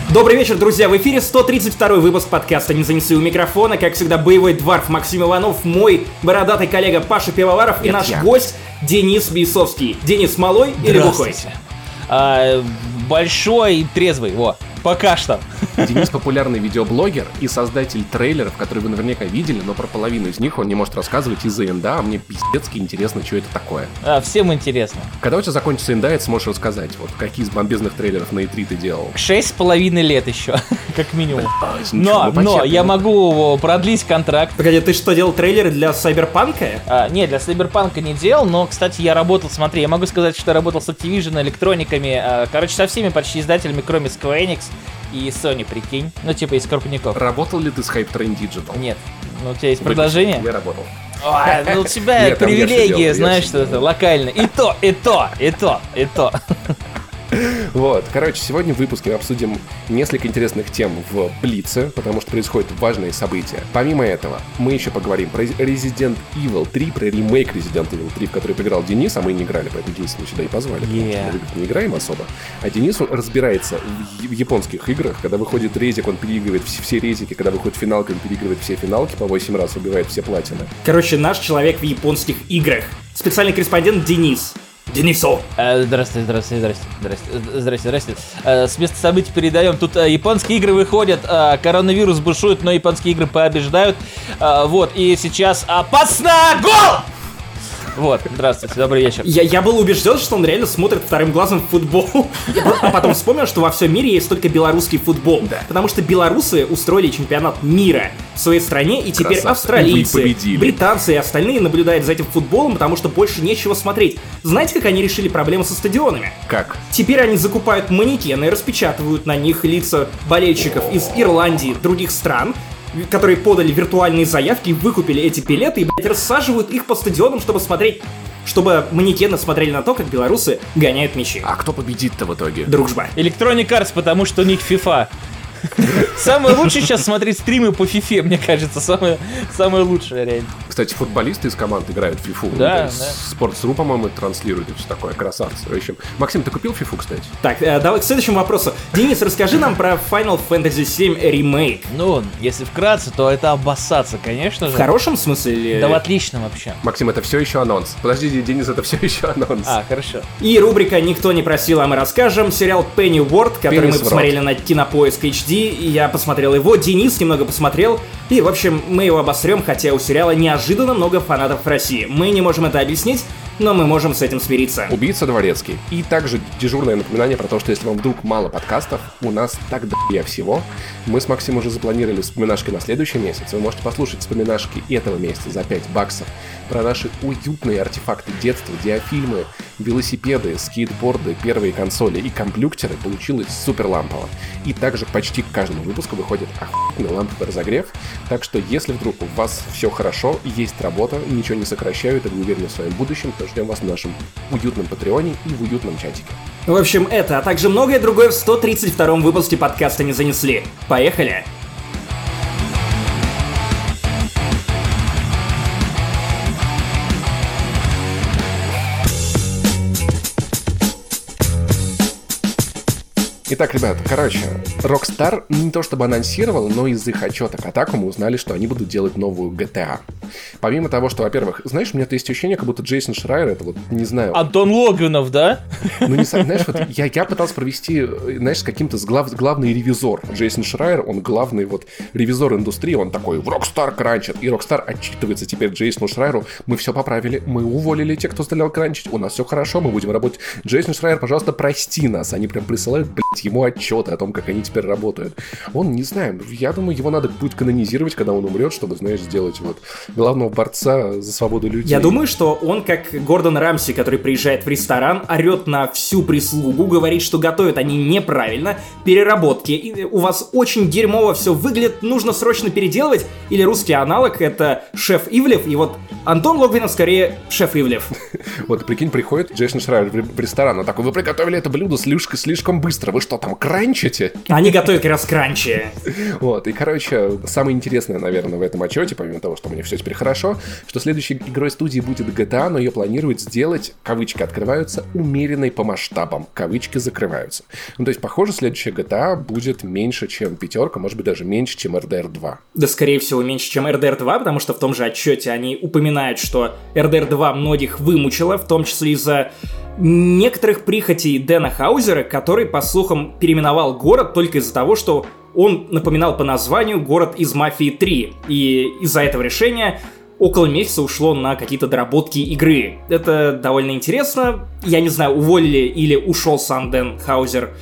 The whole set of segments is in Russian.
Добрый вечер, друзья! В эфире 132-й выпуск подкаста «Не занесли» у микрофона. Как всегда, боевой дварф Максим Иванов, мой бородатый коллега Паша Пивоваров и наш гость Денис Бейсовский. Денис, малой или бухой? Большой и трезвый, пока что. Денис популярный видеоблогер и создатель трейлеров, которые вы наверняка видели, но про половину из них он не может рассказывать из-за НДА, а мне пиздецки интересно, что это такое. Всем интересно. Когда у тебя закончится НДА, ты сможешь рассказать, какие из бомбезных трейлеров на E3 ты делал. 6,5 лет еще, как минимум. Но я могу продлить контракт. Погоди, ты что, делал трейлеры для Сайберпанка? Нет, для Сайберпанка не делал, но, кстати, я могу сказать, что я работал с Activision, электрониками, со всеми почти издателями, кроме Square Enix и Sony, прикинь. Из крупников. Работал ли ты с Hype Train Digital? Нет. У тебя есть предложение? Я работал. У тебя привилегии, знаешь, что это локально. И то. Сегодня в выпуске мы обсудим несколько интересных тем в Блице, потому что происходят важные события. Помимо этого, мы еще поговорим про Resident Evil 3, про ремейк Resident Evil 3, в который поиграл Денис, а мы не играли, поэтому Дениса мы сюда и позвали, потому что мы не играем особо. А Денис разбирается в японских играх, когда выходит резик, он переигрывает все резики, когда выходит финалка, он переигрывает все финалки, по 8 раз убивает все платины. Наш человек в японских играх. Специальный корреспондент Денис. Денисо! Здрасте. С места событий передаем. Тут японские игры выходят, коронавирус бушует, но японские игры побеждают. И сейчас опасно! Гол! Здравствуйте, добрый вечер. Я был убежден, что он реально смотрит вторым глазом в футбол. А потом вспомнил, что во всем мире есть только белорусский футбол. Да. Потому что белорусы устроили чемпионат мира в своей стране, и теперь австралийцы, британцы и остальные наблюдают за этим футболом, потому что больше нечего смотреть. Знаете, как они решили проблему со стадионами? Как? Теперь они закупают манекены и распечатывают на них лица болельщиков из Ирландии, других стран, которые подали виртуальные заявки, выкупили эти билеты и, рассаживают их по стадионам, чтобы манекены смотрели на то, как белорусы гоняют мячи. А кто победит-то в итоге? Дружба. Electronic Arts, потому что у них FIFA. Самое лучшее сейчас смотреть стримы по FIFA, мне кажется, самое лучшее, реально. Кстати, футболисты из команд играют в FIFA. Да. Sports.ru, по-моему, транслирует и все такое, красавцы. В общем, Максим, ты купил FIFA, кстати? Так, давай к следующему вопросу. Денис, расскажи нам про Final Fantasy VII ремейк. Если вкратце, то это обоссаться, конечно же. В хорошем смысле или... Да в отличном вообще. Максим, это все еще анонс. Подожди, Денис, это все еще анонс. Хорошо. И рубрика «Никто не просил, а мы расскажем». Сериал Pennyworth, который мы посмотрели на Кинопоиск HD. И я посмотрел его, Денис немного посмотрел. И, в общем, мы его обосрем, хотя у сериала неожиданно много фанатов в России. Мы не можем это объяснить, но мы можем с этим смириться. Убийца Дворецкий. И также дежурное напоминание про то, что если вам вдруг мало подкастов, у нас так дохуя всего. Мы с Максимом уже запланировали вспоминашки на следующий месяц. Вы можете послушать вспоминашки этого месяца за $5 про наши уютные артефакты детства, диафильмы, велосипеды, скейтборды, первые консоли и компьютеры. Получилось супер лампово. И также почти к каждому выпуску выходит охуенный ламповый разогрев. Так что если вдруг у вас все хорошо, есть работа, ничего не сокращают, и вы уверены в своем будущем, то ждем вас в нашем уютном патреоне и в уютном чатике. В общем, это, а также многое другое в 132-м выпуске подкаста «Не занесли». Поехали! Итак, ребята, Rockstar не то чтобы анонсировал, но из их отчета Kotaku мы узнали, что они будут делать новую GTA. Помимо того, что, во-первых, знаешь, у меня есть ощущение, как будто Джейсон Шрайер, это не знаю... Антон Логвинов, да? Знаешь, я пытался провести, с каким-то главный ревизор. Джейсон Шрайер, он главный ревизор индустрии, он такой, в Rockstar кранчит. И Rockstar отчитывается теперь Джейсону Шрайеру, мы все поправили, мы уволили тех, кто стрелял кранчить, у нас все хорошо, мы будем работать. Джейсон Шрайер, пожалуйста, прости нас. Они прям присылают, ему отчеты о том, как они теперь работают. Он, не знаю, я думаю, его надо будет канонизировать, когда он умрет, чтобы, сделать главного борца за свободу людей. Я думаю, что он как Гордон Рамси, который приезжает в ресторан, орет на всю прислугу, говорит, что готовят они неправильно, переработки, и у вас очень дерьмово все выглядит, нужно срочно переделывать, или русский аналог — это шеф Ивлев, и Антон Логвинов скорее шеф Ивлев. Прикинь, приходит Джейсон Шрайер в ресторан, он такой, вы приготовили это блюдо слишком быстро, вы что там, кранчите? Они готовят как раз кранчи. И, самое интересное, наверное, в этом отчете, помимо того, что мне все теперь Теперь хорошо, что следующей игрой студии будет GTA, но ее планируют сделать, кавычки открываются, умеренной по масштабам, кавычки закрываются. Ну, то есть, похоже, следующая GTA будет меньше, чем 5, может быть, даже меньше, чем RDR 2. Да, скорее всего, меньше, чем RDR 2, потому что в том же отчете они упоминают, что RDR 2 многих вымучила, в том числе из-за некоторых прихотей Дэна Хаузера, который, по слухам, переименовал город только из-за того, что он напоминал по названию город из «Мафии 3», и из-за этого решения около месяца ушло на какие-то доработки игры. Это довольно интересно. Я не знаю, уволили или ушел сам Дэн Хаузер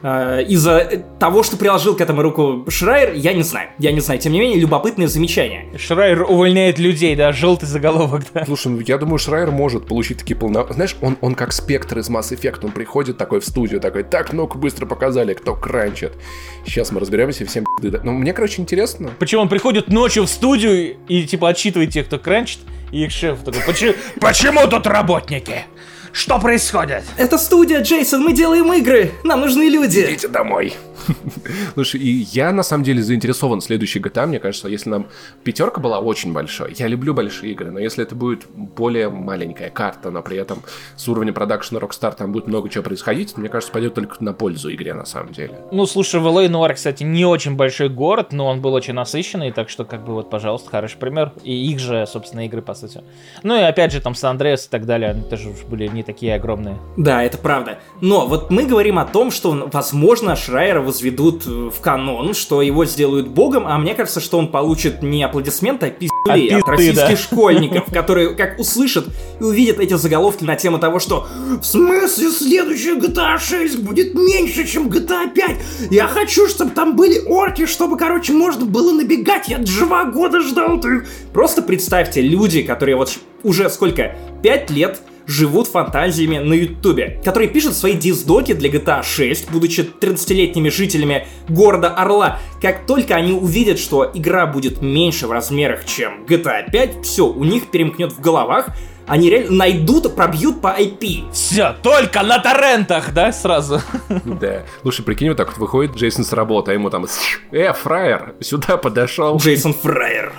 из-за того, что приложил к этому руку Шрайер, я не знаю. Тем не менее, любопытное замечание. Шрайер увольняет людей, да, желтый заголовок, да. Слушай, ну я думаю, Шрайер может получить такие Знаешь, он как Спектр из Mass Effect, он приходит такой в студию, такой, так, ну-ка быстро показали, кто кранчит. Сейчас мы разберемся, всем пизды. Ну, мне, короче, интересно. Почему он приходит ночью в студию и, типа, отчитывает тех, кто кранчит, и их шеф такой, почему тут работники? Что происходит? Это студия, Джейсон, мы делаем игры, нам нужны люди. Идите домой. Слушай, и я на самом деле заинтересован в следующей GTA, мне кажется, если нам 5 была очень большой, я люблю большие игры, но если это будет более маленькая карта, но при этом с уровня продакшена Rockstar там будет много чего происходить, мне кажется, пойдет только на пользу игре на самом деле. Ну, слушай, в L.A. Noire, кстати, не очень большой город, но он был очень насыщенный, так что, как бы, вот, пожалуйста, хороший пример. И их же, собственно, игры, по сути. Ну и опять же, там, Сан-Андреас и так далее, они тоже уж были не такие огромные. Да, это правда. Но вот мы говорим о том, что, возможно, Шрайера возведут в канон, что его сделают богом, а мне кажется, что он получит не аплодисменты, а пиздюлей от российских школьников, которые как услышат и увидят эти заголовки на тему того, что в смысле следующая GTA 6 будет меньше, чем GTA 5? Я хочу, чтобы там были орки, чтобы, короче, можно было набегать, я 2 года ждал их. Просто представьте, люди, которые вот уже сколько, 5 лет живут фантазиями на Ютубе, которые пишут свои диздоки для GTA 6, будучи 30-летними жителями города Орла. Как только они увидят, что игра будет меньше в размерах, чем GTA 5, все, у них перемкнет в головах, они реально найдут, пробьют по IP. Все, только на торрентах, да, сразу? Да. Слушай, прикинь, вот так вот выходит Джейсон с работы, а ему там Фраер, сюда подошел. Джейсон Фраер.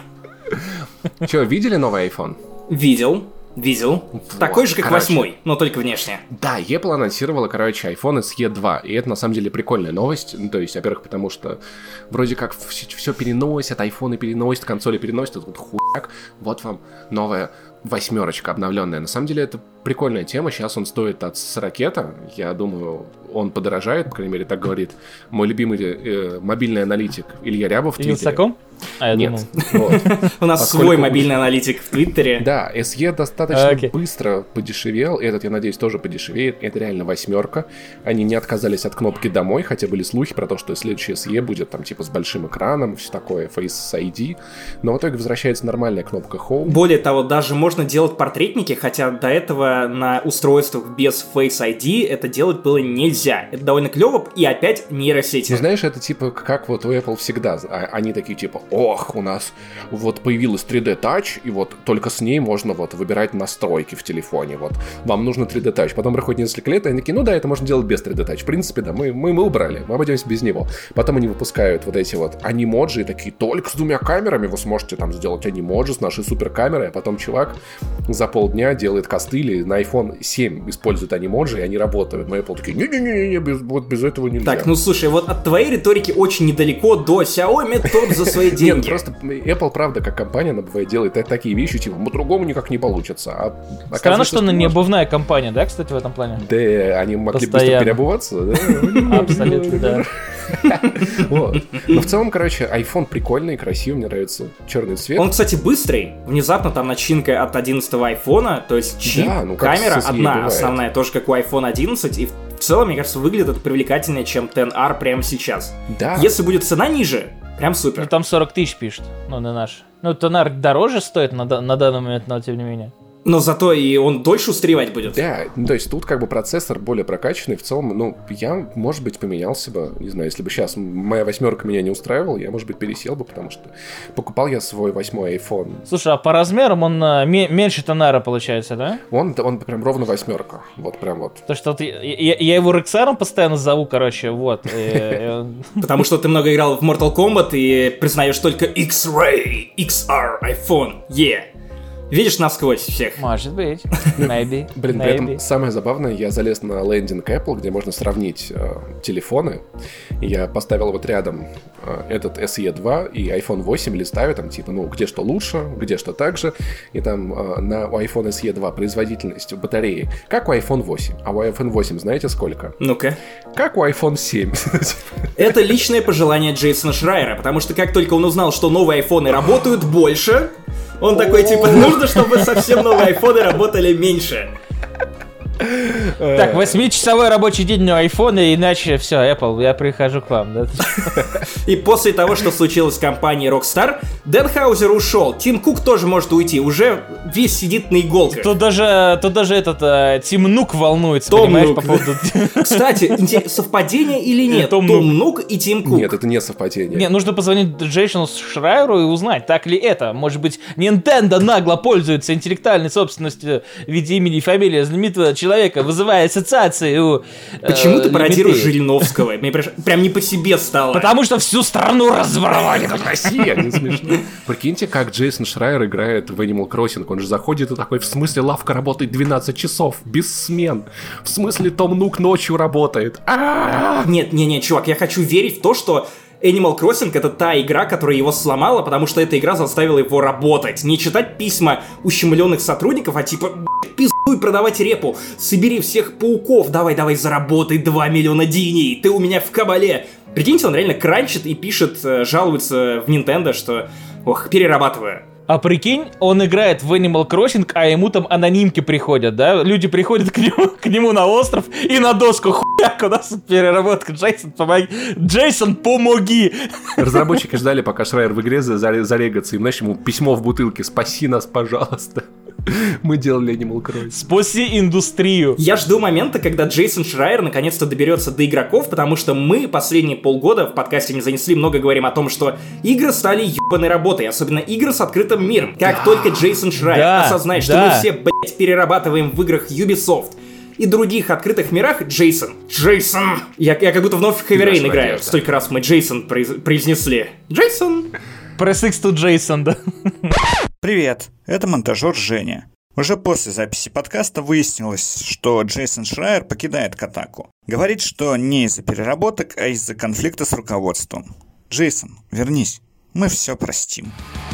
Че, видели новый iPhone? Видел. Вот, такой же, как 8, но только внешне. Да, Apple анонсировала, короче, iPhone SE 2. И это, на самом деле, прикольная новость. Ну, то есть, во-первых, потому что вроде как все переносят, айфоны переносят, консоли переносят. Вот хуяк, вот вам новая 8 обновленная. На самом деле, это прикольная тема. Сейчас он стоит от 40. Я думаю, он подорожает, по крайней мере, так говорит мой любимый мобильный аналитик Илья Рябов в Твиттере. Вилсаком? А я Нет. думал. У нас свой мобильный аналитик в Твиттере. Да, SE достаточно быстро подешевел. Этот, я надеюсь, тоже подешевеет. Это реально 8. Они не отказались от кнопки «Домой», хотя были слухи про то, что следующий SE будет там типа с большим экраном и все такое, Face ID. Но в итоге возвращается нормальная кнопка Home. Более того, даже можно делать портретники, хотя до этого на устройствах без Face ID это делать было нельзя. Это довольно клево, и опять нейросети. Ну, знаешь, это типа как вот у Apple всегда. Они такие типа, ох, у нас вот появилась 3D Touch, и вот только с ней можно вот выбирать настройки в телефоне. Вот вам нужно 3D Touch. Потом проходит несколько лет, и они такие, ну да, это можно делать без 3D Touch. В принципе, да, мы убрали, мы обойдемся без него. Потом они выпускают вот эти вот анимоджи, и такие, только с 2 камерами вы сможете там сделать анимоджи с нашей суперкамерой, а потом чувак за полдня делает костыли, на iPhone 7 использует анимоджи, и они работают. Но Apple такие, не-не-не, вот без этого нельзя. Так, ну слушай, вот от твоей риторики очень недалеко до Xiaomi топ за свои деньги. Нет, просто Apple, правда, как компания, она бывает делает такие вещи, типа, по-другому никак не получится. Странно, что она не обувная компания, да, кстати, в этом плане? Да, они могли быстро переобуваться, да? Абсолютно, да. Вот. Но в целом, короче, iPhone прикольный, красивый, мне нравится черный цвет. Он, кстати, быстрый. Внезапно там начинка от 11-го айфона, то есть чип, да, ну, камера одна бывает. основная, тоже как у iPhone 11, и в целом, мне кажется, выглядит это привлекательнее, чем XR прямо сейчас. Да. Если будет цена ниже, прям супер. Ну, там 40 тысяч пишут, ну, на наш. Ну, XR дороже стоит на данный момент, но тем не менее. Но зато и он дольше устаревать будет. Да, то есть тут как бы процессор более прокачанный. В целом, ну, я, может быть, поменялся бы. Не знаю, если бы сейчас моя 8 меня не устраивала, я, может быть, пересел бы, потому что покупал я свой 8-й iPhone. Слушай, а по размерам он меньше Тонара получается, да? Он прям ровно 8. Вот прям вот. То, что я его Рексаром постоянно зову, короче, вот. Потому что ты много играл в Mortal Kombat и признаешь только X-Ray, XR, iPhone, Видишь насквозь всех. Может быть. Maybe. Блин, при этом самое забавное, я залез на лендинг Apple, где можно сравнить телефоны. И я поставил вот рядом этот SE 2 и iPhone 8, листаю там типа, ну, где что лучше, где что так же. И там на у iPhone SE 2 производительность батареи как у iPhone 8. А у iPhone 8 знаете сколько? Ну-ка. Как у iPhone 7. Это личное пожелание Джейсона Шрайера, потому что как только он узнал, что новые айфоны работают больше, он такой, типа, нужно, чтобы совсем новые айфоны работали меньше. Так, 8-часовой рабочий день у айфона, иначе все, Apple, я прихожу к вам, да? И после того, что случилось с компанией Rockstar, Дэн Хаузер ушел, Тим Кук тоже может уйти, уже весь сидит на иголках. Тут даже этот Тим Нук волнуется, Том понимаешь, Нук. по поводу... Кстати, совпадение или нет? Том Нук и Тим Кук. Нет, это не совпадение. Не, нужно позвонить Джейсону Шрайеру и узнать, так ли это. Может быть, Nintendo нагло пользуется интеллектуальной собственностью в виде имени и фамилии знаменитого человека, вызывая ассоциации у Почему ты пародируешь Жириновского? Мне прям не по себе стало. Потому что всю страну разворовали. Это Россия, не смешно. Прикиньте, как Джейсон Шрайер играет в Animal Crossing. Он же заходит и такой, в смысле, лавка работает 12 часов, без смен. В смысле, Том Нук ночью работает. Нет, чувак, я хочу верить в то, что Animal Crossing — это та игра, которая его сломала, потому что эта игра заставила его работать. Не читать письма ущемленных сотрудников, а типа, пиздуй продавать репу, собери всех пауков, давай, заработай 2 миллиона диней, ты у меня в кабале. Прикиньте, он реально кранчит и пишет, жалуется в Nintendo, что, перерабатываю. А прикинь, он играет в Animal Crossing, а ему там анонимки приходят, да? Люди приходят к нему на остров и на доску хуяк, у нас переработка. Джейсон, помоги. Джейсон, помоги! Разработчики ждали, пока Шрайер в игре зарегается, и, знаешь, ему письмо в бутылке: «Спаси нас, пожалуйста». Мы делали Animal Crossing. Спаси индустрию. Я жду момента, когда Джейсон Шрайер наконец-то доберется до игроков, потому что мы последние полгода в подкасте «Не занесли» много говорим о том, что игры стали ебаной работой, особенно игры с открытым миром. Как только Джейсон Шрайер осознает, что мы все, блять, перерабатываем в играх Ubisoft и других открытых мирах, Джейсон. Я как будто вновь в Heavy Rain играю. Столько раз мы Джейсон произнесли. Джейсон. Press X to Джейсон, да? Привет, это монтажер Женя. Уже после записи подкаста выяснилось, что Джейсон Шрайер покидает Котаку. Говорит, что не из-за переработок, а из-за конфликта с руководством. Джейсон, вернись, мы все простим.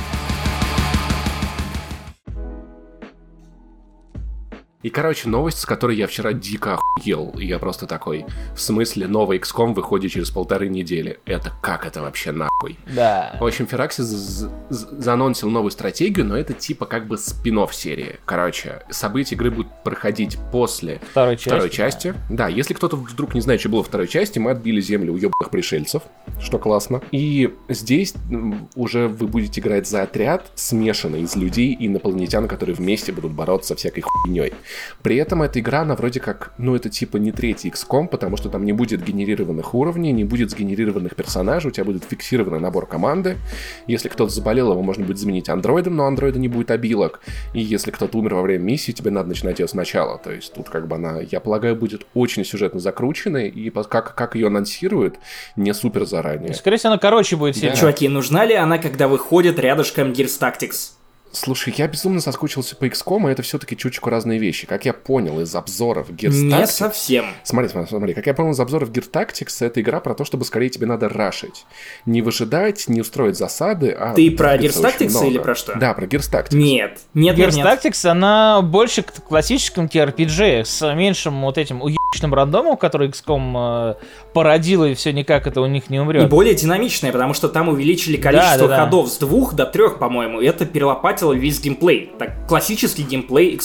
И, короче, новость, с которой я вчера дико охуел. И я просто такой, в смысле, новый XCOM выходит через 1,5 недели. Это как это вообще нахуй? Да. В общем, Firaxis заанонсил новую стратегию, но это типа как бы спин-офф серии. Короче, события игры будут проходить после второй части. Да, если кто-то вдруг не знает, что было во второй части, мы отбили землю у ебаных пришельцев, что классно. И здесь уже вы будете играть за отряд, смешанный из людей и инопланетян, которые вместе будут бороться со всякой хуйней. При этом эта игра, она вроде как, это типа не третий XCOM, потому что там не будет генерированных уровней, не будет сгенерированных персонажей, у тебя будет фиксированный набор команды. Если кто-то заболел, его можно будет заменить андроидом, но андроида не будет обилок. И если кто-то умер во время миссии, тебе надо начинать ее сначала. То есть тут как бы она, я полагаю, будет очень сюжетно закрученной, и как ее анонсируют, не супер заранее. Скорее всего, она короче будет сильно. Да. Чуваки, нужна ли она, когда выходит рядышком Gears Tactics? Слушай, я безумно соскучился по XCOM, и это все-таки чуточку разные вещи. Как я понял из обзоров Gears Tactics... Не совсем. Смотри. Как я понял из обзоров Gears Tactics, это игра про то, чтобы скорее тебе надо рашить. Не выжидать, не устроить засады, а... Ты про Gears Tactics или про что? Да, про Gears Tactics. Нет. Gears Tactics, она больше к классическому TRPG, с меньшим вот этим уебищным рандомом, который XCOM породил, и все никак это у них не умрет. И более динамичная, потому что там увеличили количество ходов с 2 до 3, по-моему, и это перелопатило весь геймплей. Так, классический геймплей XCOM.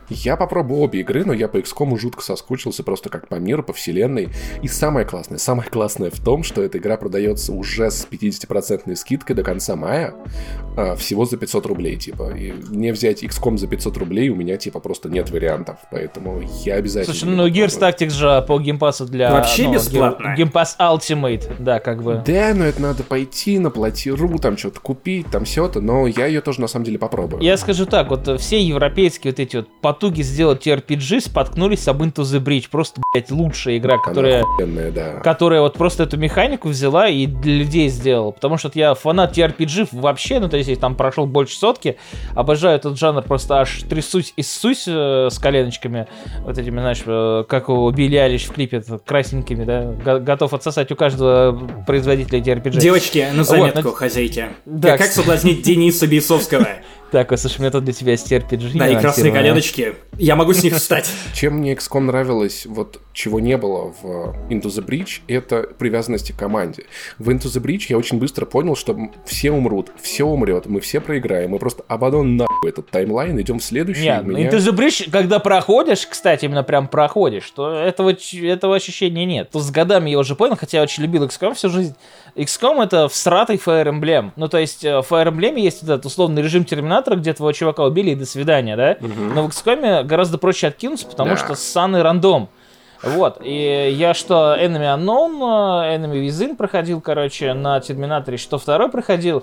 Я попробую обе игры, но я по XCOM жутко соскучился просто как по миру, по вселенной. И самое классное в том, что эта игра продается уже с 50% скидкой до конца мая, всего за 500 рублей, типа. И мне взять XCOM за 500 рублей у меня, типа, просто нет вариантов, поэтому я обязательно... Слушай, ну Gears Tactics же по геймпассу для... Вообще бесплатно. Геймпасс Ultimate, да, как бы. Да, но это надо пойти на Плати.ру, там что-то купить, там все-то, но я ее тоже на самом деле попробую. Я скажу так, вот все европейские вот эти вот потуги сделать RPG споткнулись об Into the Breach. Просто, блядь, лучшая игра, которая вот просто эту механику взяла и для людей сделала. Потому что я фанат RPG вообще, ну то есть там прошел больше сотки, обожаю этот жанр, просто аж трясусь и ссусь с коленочками, вот этими, знаешь, как у Билли Айлиш в клипе, красненькими, да, готов отсосать у каждого производителя эти RPG. Девочки, на заметку, хозяйки. Да, как соблазнить Дениса Бейсовского? Так, слушай, у меня тут для тебя есть RPG. Да, и красные коленочки. Я могу с них встать. Чем мне XCOM нравилось, вот чего не было в Into the Breach, это привязанности к команде. В Into the Breach я очень быстро понял, что все умрут, все умрет, мы все проиграем, мы просто ободон нахуй этот таймлайн, идем в следующий. Нет, Into the Breach, когда проходишь, кстати, именно прям проходишь, то этого ощущения нет. То с годами я уже понял, хотя я очень любил XCOM всю жизнь. XCOM — это всратый Fire Emblem. Ну, то есть, в Fire Emblem есть этот условный режим Терминатора, где твоего чувака убили и до свидания, да? Но в XCOM гораздо проще откинуться, потому что ссаный рандом. Вот, и я что Enemy Unknown, Enemy Within проходил, короче, на Терминаторе, что второй проходил,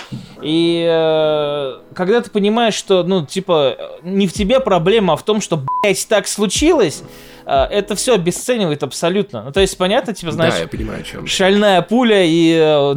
и когда ты понимаешь, что, ну, типа, не в тебе проблема, а в том, что, блять, так случилось, это все обесценивает абсолютно. Ну, то есть, понятно, типа, знаешь, да, я понимаю, о чем. Шальная пуля и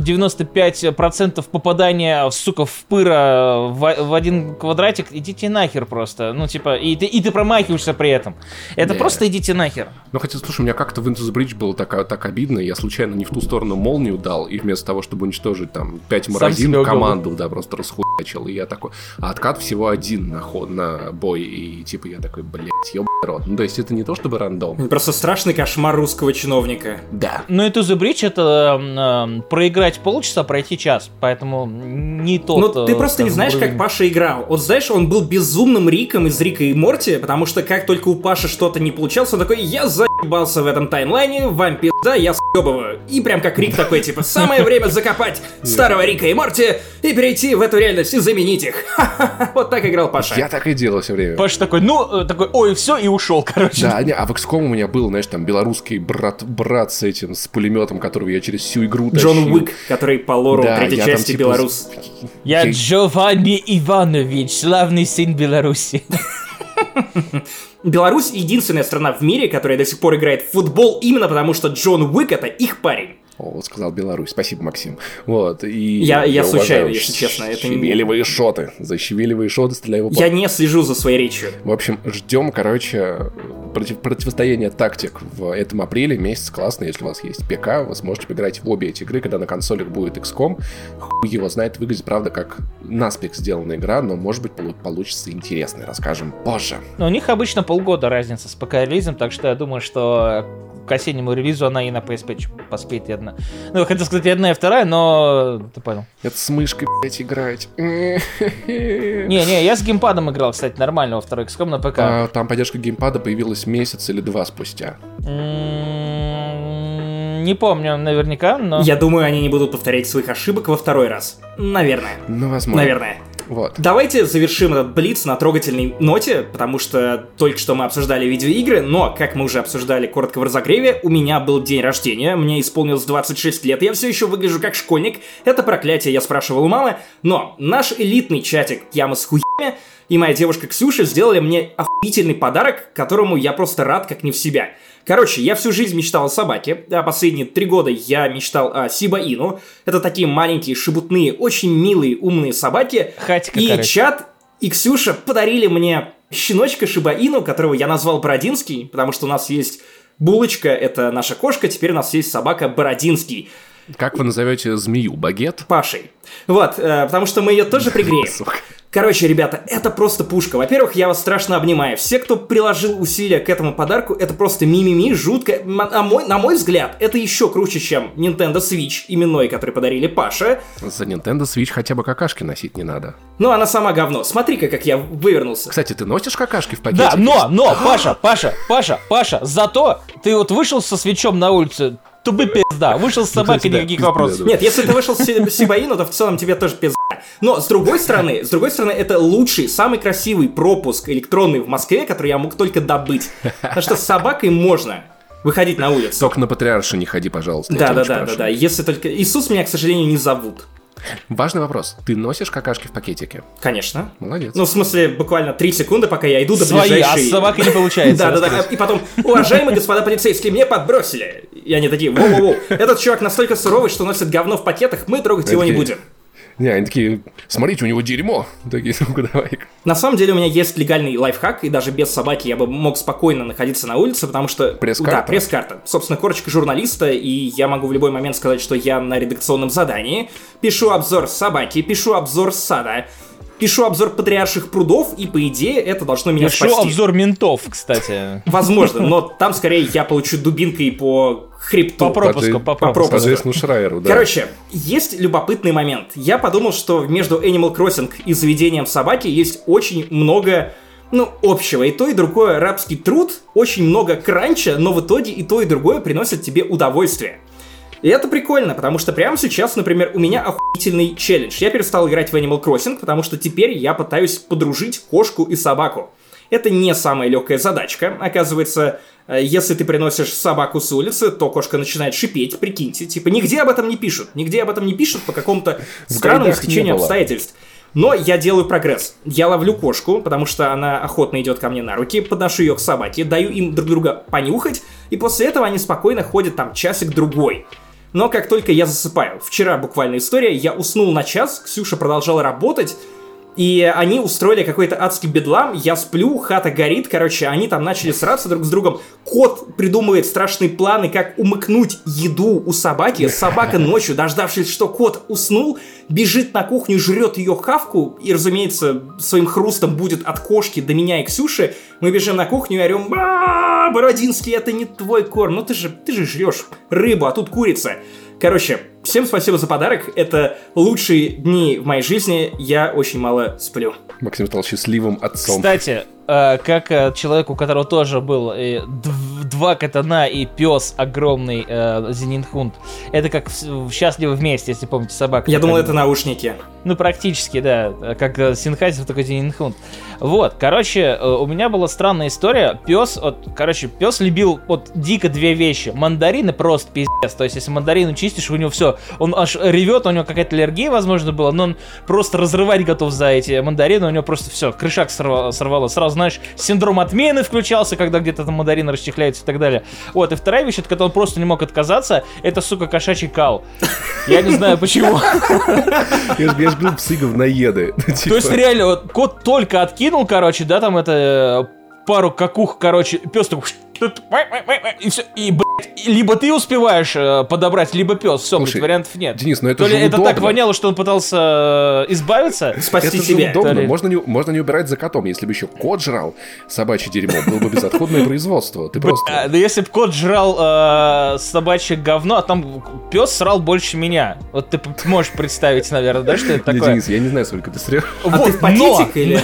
95% попадания, сука, в пыра в один квадратик, идите нахер просто. Ну, типа, и ты промахиваешься при этом. Это просто идите нахер. Ну, хотя, слушай, у меня как-то в Into the Breach было так обидно, я случайно не в ту сторону молнию дал, и вместо того, чтобы уничтожить там 5 морозин, команду, да, просто расхуячил, и я такой, а откат всего один на бой, и типа я такой, блять, ёбаный рот. Ну, то есть это не то, чтобы рандом. Просто страшный кошмар русского чиновника. Да. Но Into the Breach — это проиграть полчаса, пройти час, поэтому не тот... Ну, ты просто не знаешь, как Паша играл. Вот знаешь, он был безумным Риком из Рика и Морти, потому что как только у Паши что-то не получалось, он такой, я заебался в этом таймлайне, вам пизда, я съебываю. И прям как Рик такой, типа, самое время закопать старого Рика и Морти и перейти в эту реальность и заменить их. Вот так играл Паша. Я так и делал все время. Паша такой, ой, все, и ушел, короче. Да, а в XCOM у меня был, знаешь, там белорусский брат с этим, с пулеметом, которого я через всю игру тащил. Джон Уик, который по лору третьей части типа, белорус. Я Джованни Иванович, славный сын Беларуси. Беларусь единственная страна в мире, которая до сих пор играет в футбол именно потому, что Джон Уик — это их парень. О, сказал Беларусь. Спасибо, Максим. Вот, и я случайно, если честно. Это щавелевые шоты. За щавелевые шоты стреляю в упор. Я не слежу за своей речью. В общем, ждем, короче, противостояние тактик в этом апреле. Месяц классно, если у вас есть ПК. Вы сможете поиграть в обе эти игры, когда на консолях будет XCOM. Хуй его знает, выглядит, правда, как наспех сделанная игра, но, может быть, получится интересной. Расскажем позже. Но у них обычно полгода разница с ПК-релизом, так что я думаю, что к осеннему релизу она и на PSP поспеет и одна. Ну, хотел сказать и одна, и вторая, но ты понял. Это с мышкой, блять, играть. Не, я с геймпадом играл, кстати, нормально во второй XCOM на ПК. Там поддержка геймпада появилась месяц или два спустя. Не помню наверняка, но... Я думаю, они не будут повторять своих ошибок во второй раз. Наверное. Ну, возможно. Наверное. Вот. Давайте завершим этот блиц на трогательной ноте, потому что только что мы обсуждали видеоигры, но, как мы уже обсуждали коротко в разогреве, у меня был день рождения, мне исполнилось 26 лет, я все еще выгляжу как школьник, это проклятие, я спрашивал у мамы, но наш элитный чатик Яма с хуями и моя девушка Ксюша сделали мне охуительный подарок, которому я просто рад как не в себя. Короче, я всю жизнь мечтал о собаке, а последние 3 года я мечтал о Сибаину. Это такие маленькие, шебутные, очень милые, умные собаки. Хатика, и короче. чат, и Ксюша подарили мне щеночка Шибаину, которого я назвал Бородинский, потому что у нас есть Булочка, это наша кошка, теперь у нас есть собака Бородинский. Как вы назовете змею? Багет? Пашей. Вот, потому что мы ее тоже пригреем. Короче, ребята, это просто пушка. Во-первых, я вас страшно обнимаю. Все, кто приложил усилия к этому подарку, это просто мимими, жутко. На мой взгляд, это еще круче, чем Nintendo Switch именной, который подарили Паше. За Nintendo Switch хотя бы какашки носить не надо. Ну, она сама говно. Смотри-ка, как я вывернулся. Кстати, ты носишь какашки в пакете? Да, но, Паша, зато ты вот вышел со свечом на улицу, тубы пизда, вышел с собакой, никаких вопросов. Нет, если ты вышел с Сибаину, то в целом тебе тоже пизда. Но, с другой стороны, это лучший, самый красивый пропуск электронный в Москве, который я мог только добыть. Потому что с собакой можно выходить на улицу. Только на Патриаршу не ходи, пожалуйста. Да. Если только... Иисус меня, к сожалению, не зовут. Важный вопрос. Ты носишь какашки в пакетике? Конечно. Молодец. Ну, в смысле, буквально 3 секунды, пока я иду до свои, ближайшей... а с собакой не получается. Да. И потом, уважаемые господа полицейские, мне подбросили. И они такие, воу-воу-воу. Этот чувак настолько суровый, что носит говно в пакетах, мы трогать его не будем. Не, они такие, смотрите, у него дерьмо. Такие, ну-ка, давай. На самом деле у меня есть легальный лайфхак, и даже без собаки я бы мог спокойно находиться на улице, потому что... Пресс-карта? Да, пресс-карта. Собственно, корочка журналиста, и я могу в любой момент сказать, что я на редакционном задании, пишу обзор собаки, пишу обзор сада, пишу обзор патриарших прудов, и, по идее, это должно меня спасти. Пишу обзор ментов, кстати. Возможно, но там, скорее, я получу дубинкой по хребту. По пропуску. По Джейсону Шрайеру, да. Короче, есть любопытный момент. Я подумал, что между Animal Crossing и заведением собаки есть очень много, общего. И то, и другое рабский труд, очень много кранча, но в итоге и то, и другое приносит тебе удовольствие. И это прикольно, потому что прямо сейчас, например, у меня охуительный челлендж. Я перестал играть в Animal Crossing, потому что теперь я пытаюсь подружить кошку и собаку. Это не самая легкая задачка. Оказывается, если ты приносишь собаку с улицы, то кошка начинает шипеть, прикиньте. Типа, нигде об этом не пишут. Нигде об этом не пишут по какому-то странному стечению обстоятельств. Но я делаю прогресс. Я ловлю кошку, потому что она охотно идет ко мне на руки, подношу ее к собаке, даю им друг друга понюхать, и после этого они спокойно ходят там часик-другой. Но как только я засыпаю, вчера буквально история, я уснул на час, Ксюша продолжала работать, и они устроили какой-то адский бедлам, я сплю, хата горит, короче, они там начали сраться друг с другом, кот придумывает страшные планы, как умыкнуть еду у собаки, собака ночью, дождавшись, что кот уснул, бежит на кухню, жрет ее хавку, и, разумеется, своим хрустом будет от кошки до меня и Ксюши, мы бежим на кухню и орем: Бородинский, это не твой корм, ну ты же жрешь рыбу, а тут курица. Короче, всем спасибо за подарок, это лучшие дни в моей жизни, я очень мало сплю. Максим стал счастливым отцом. Кстати, как человек, у которого тоже был 2 катана и пес огромный Зенинхунд, это как «Счастливы вместе», если помните, собака. Я думал, это наушники. Ну, практически, да, как Синхайзер, такой Зенинхунд. Вот, короче, у меня была странная история. Пес любил дико 2 вещи. Мандарины просто пиздец. То есть, если мандарину чистишь, у него все, он аж ревет, у него какая-то аллергия, возможно, была, но он просто разрывать готов за эти мандарины, у него просто все, крышак сорвало. Сразу, знаешь, синдром отмены включался, когда где-то там мандарины расчехляются и так далее. Вот, и вторая вещь, от которой он просто не мог отказаться, это, сука, кошачий кал. Я не знаю, почему. Я ж был псы говноеды. То есть, реально, кот только откинул, короче, да, там это пару какух, короче, пес такой... И все, и, блядь, либо ты успеваешь подобрать, либо пес, все, блядь, вариантов нет. Денис, ну это то же ли удобно. это так воняло, что он пытался избавиться, спасти это себя. же удобно, можно не убирать за котом. Если бы еще кот жрал собачье дерьмо, было бы безотходное производство. Ты просто... Да если бы кот жрал собачье говно, а там пес срал больше меня. Вот ты можешь представить, наверное, да, что это такое? Денис, я не знаю, сколько ты срешь. А ты в пакетик или...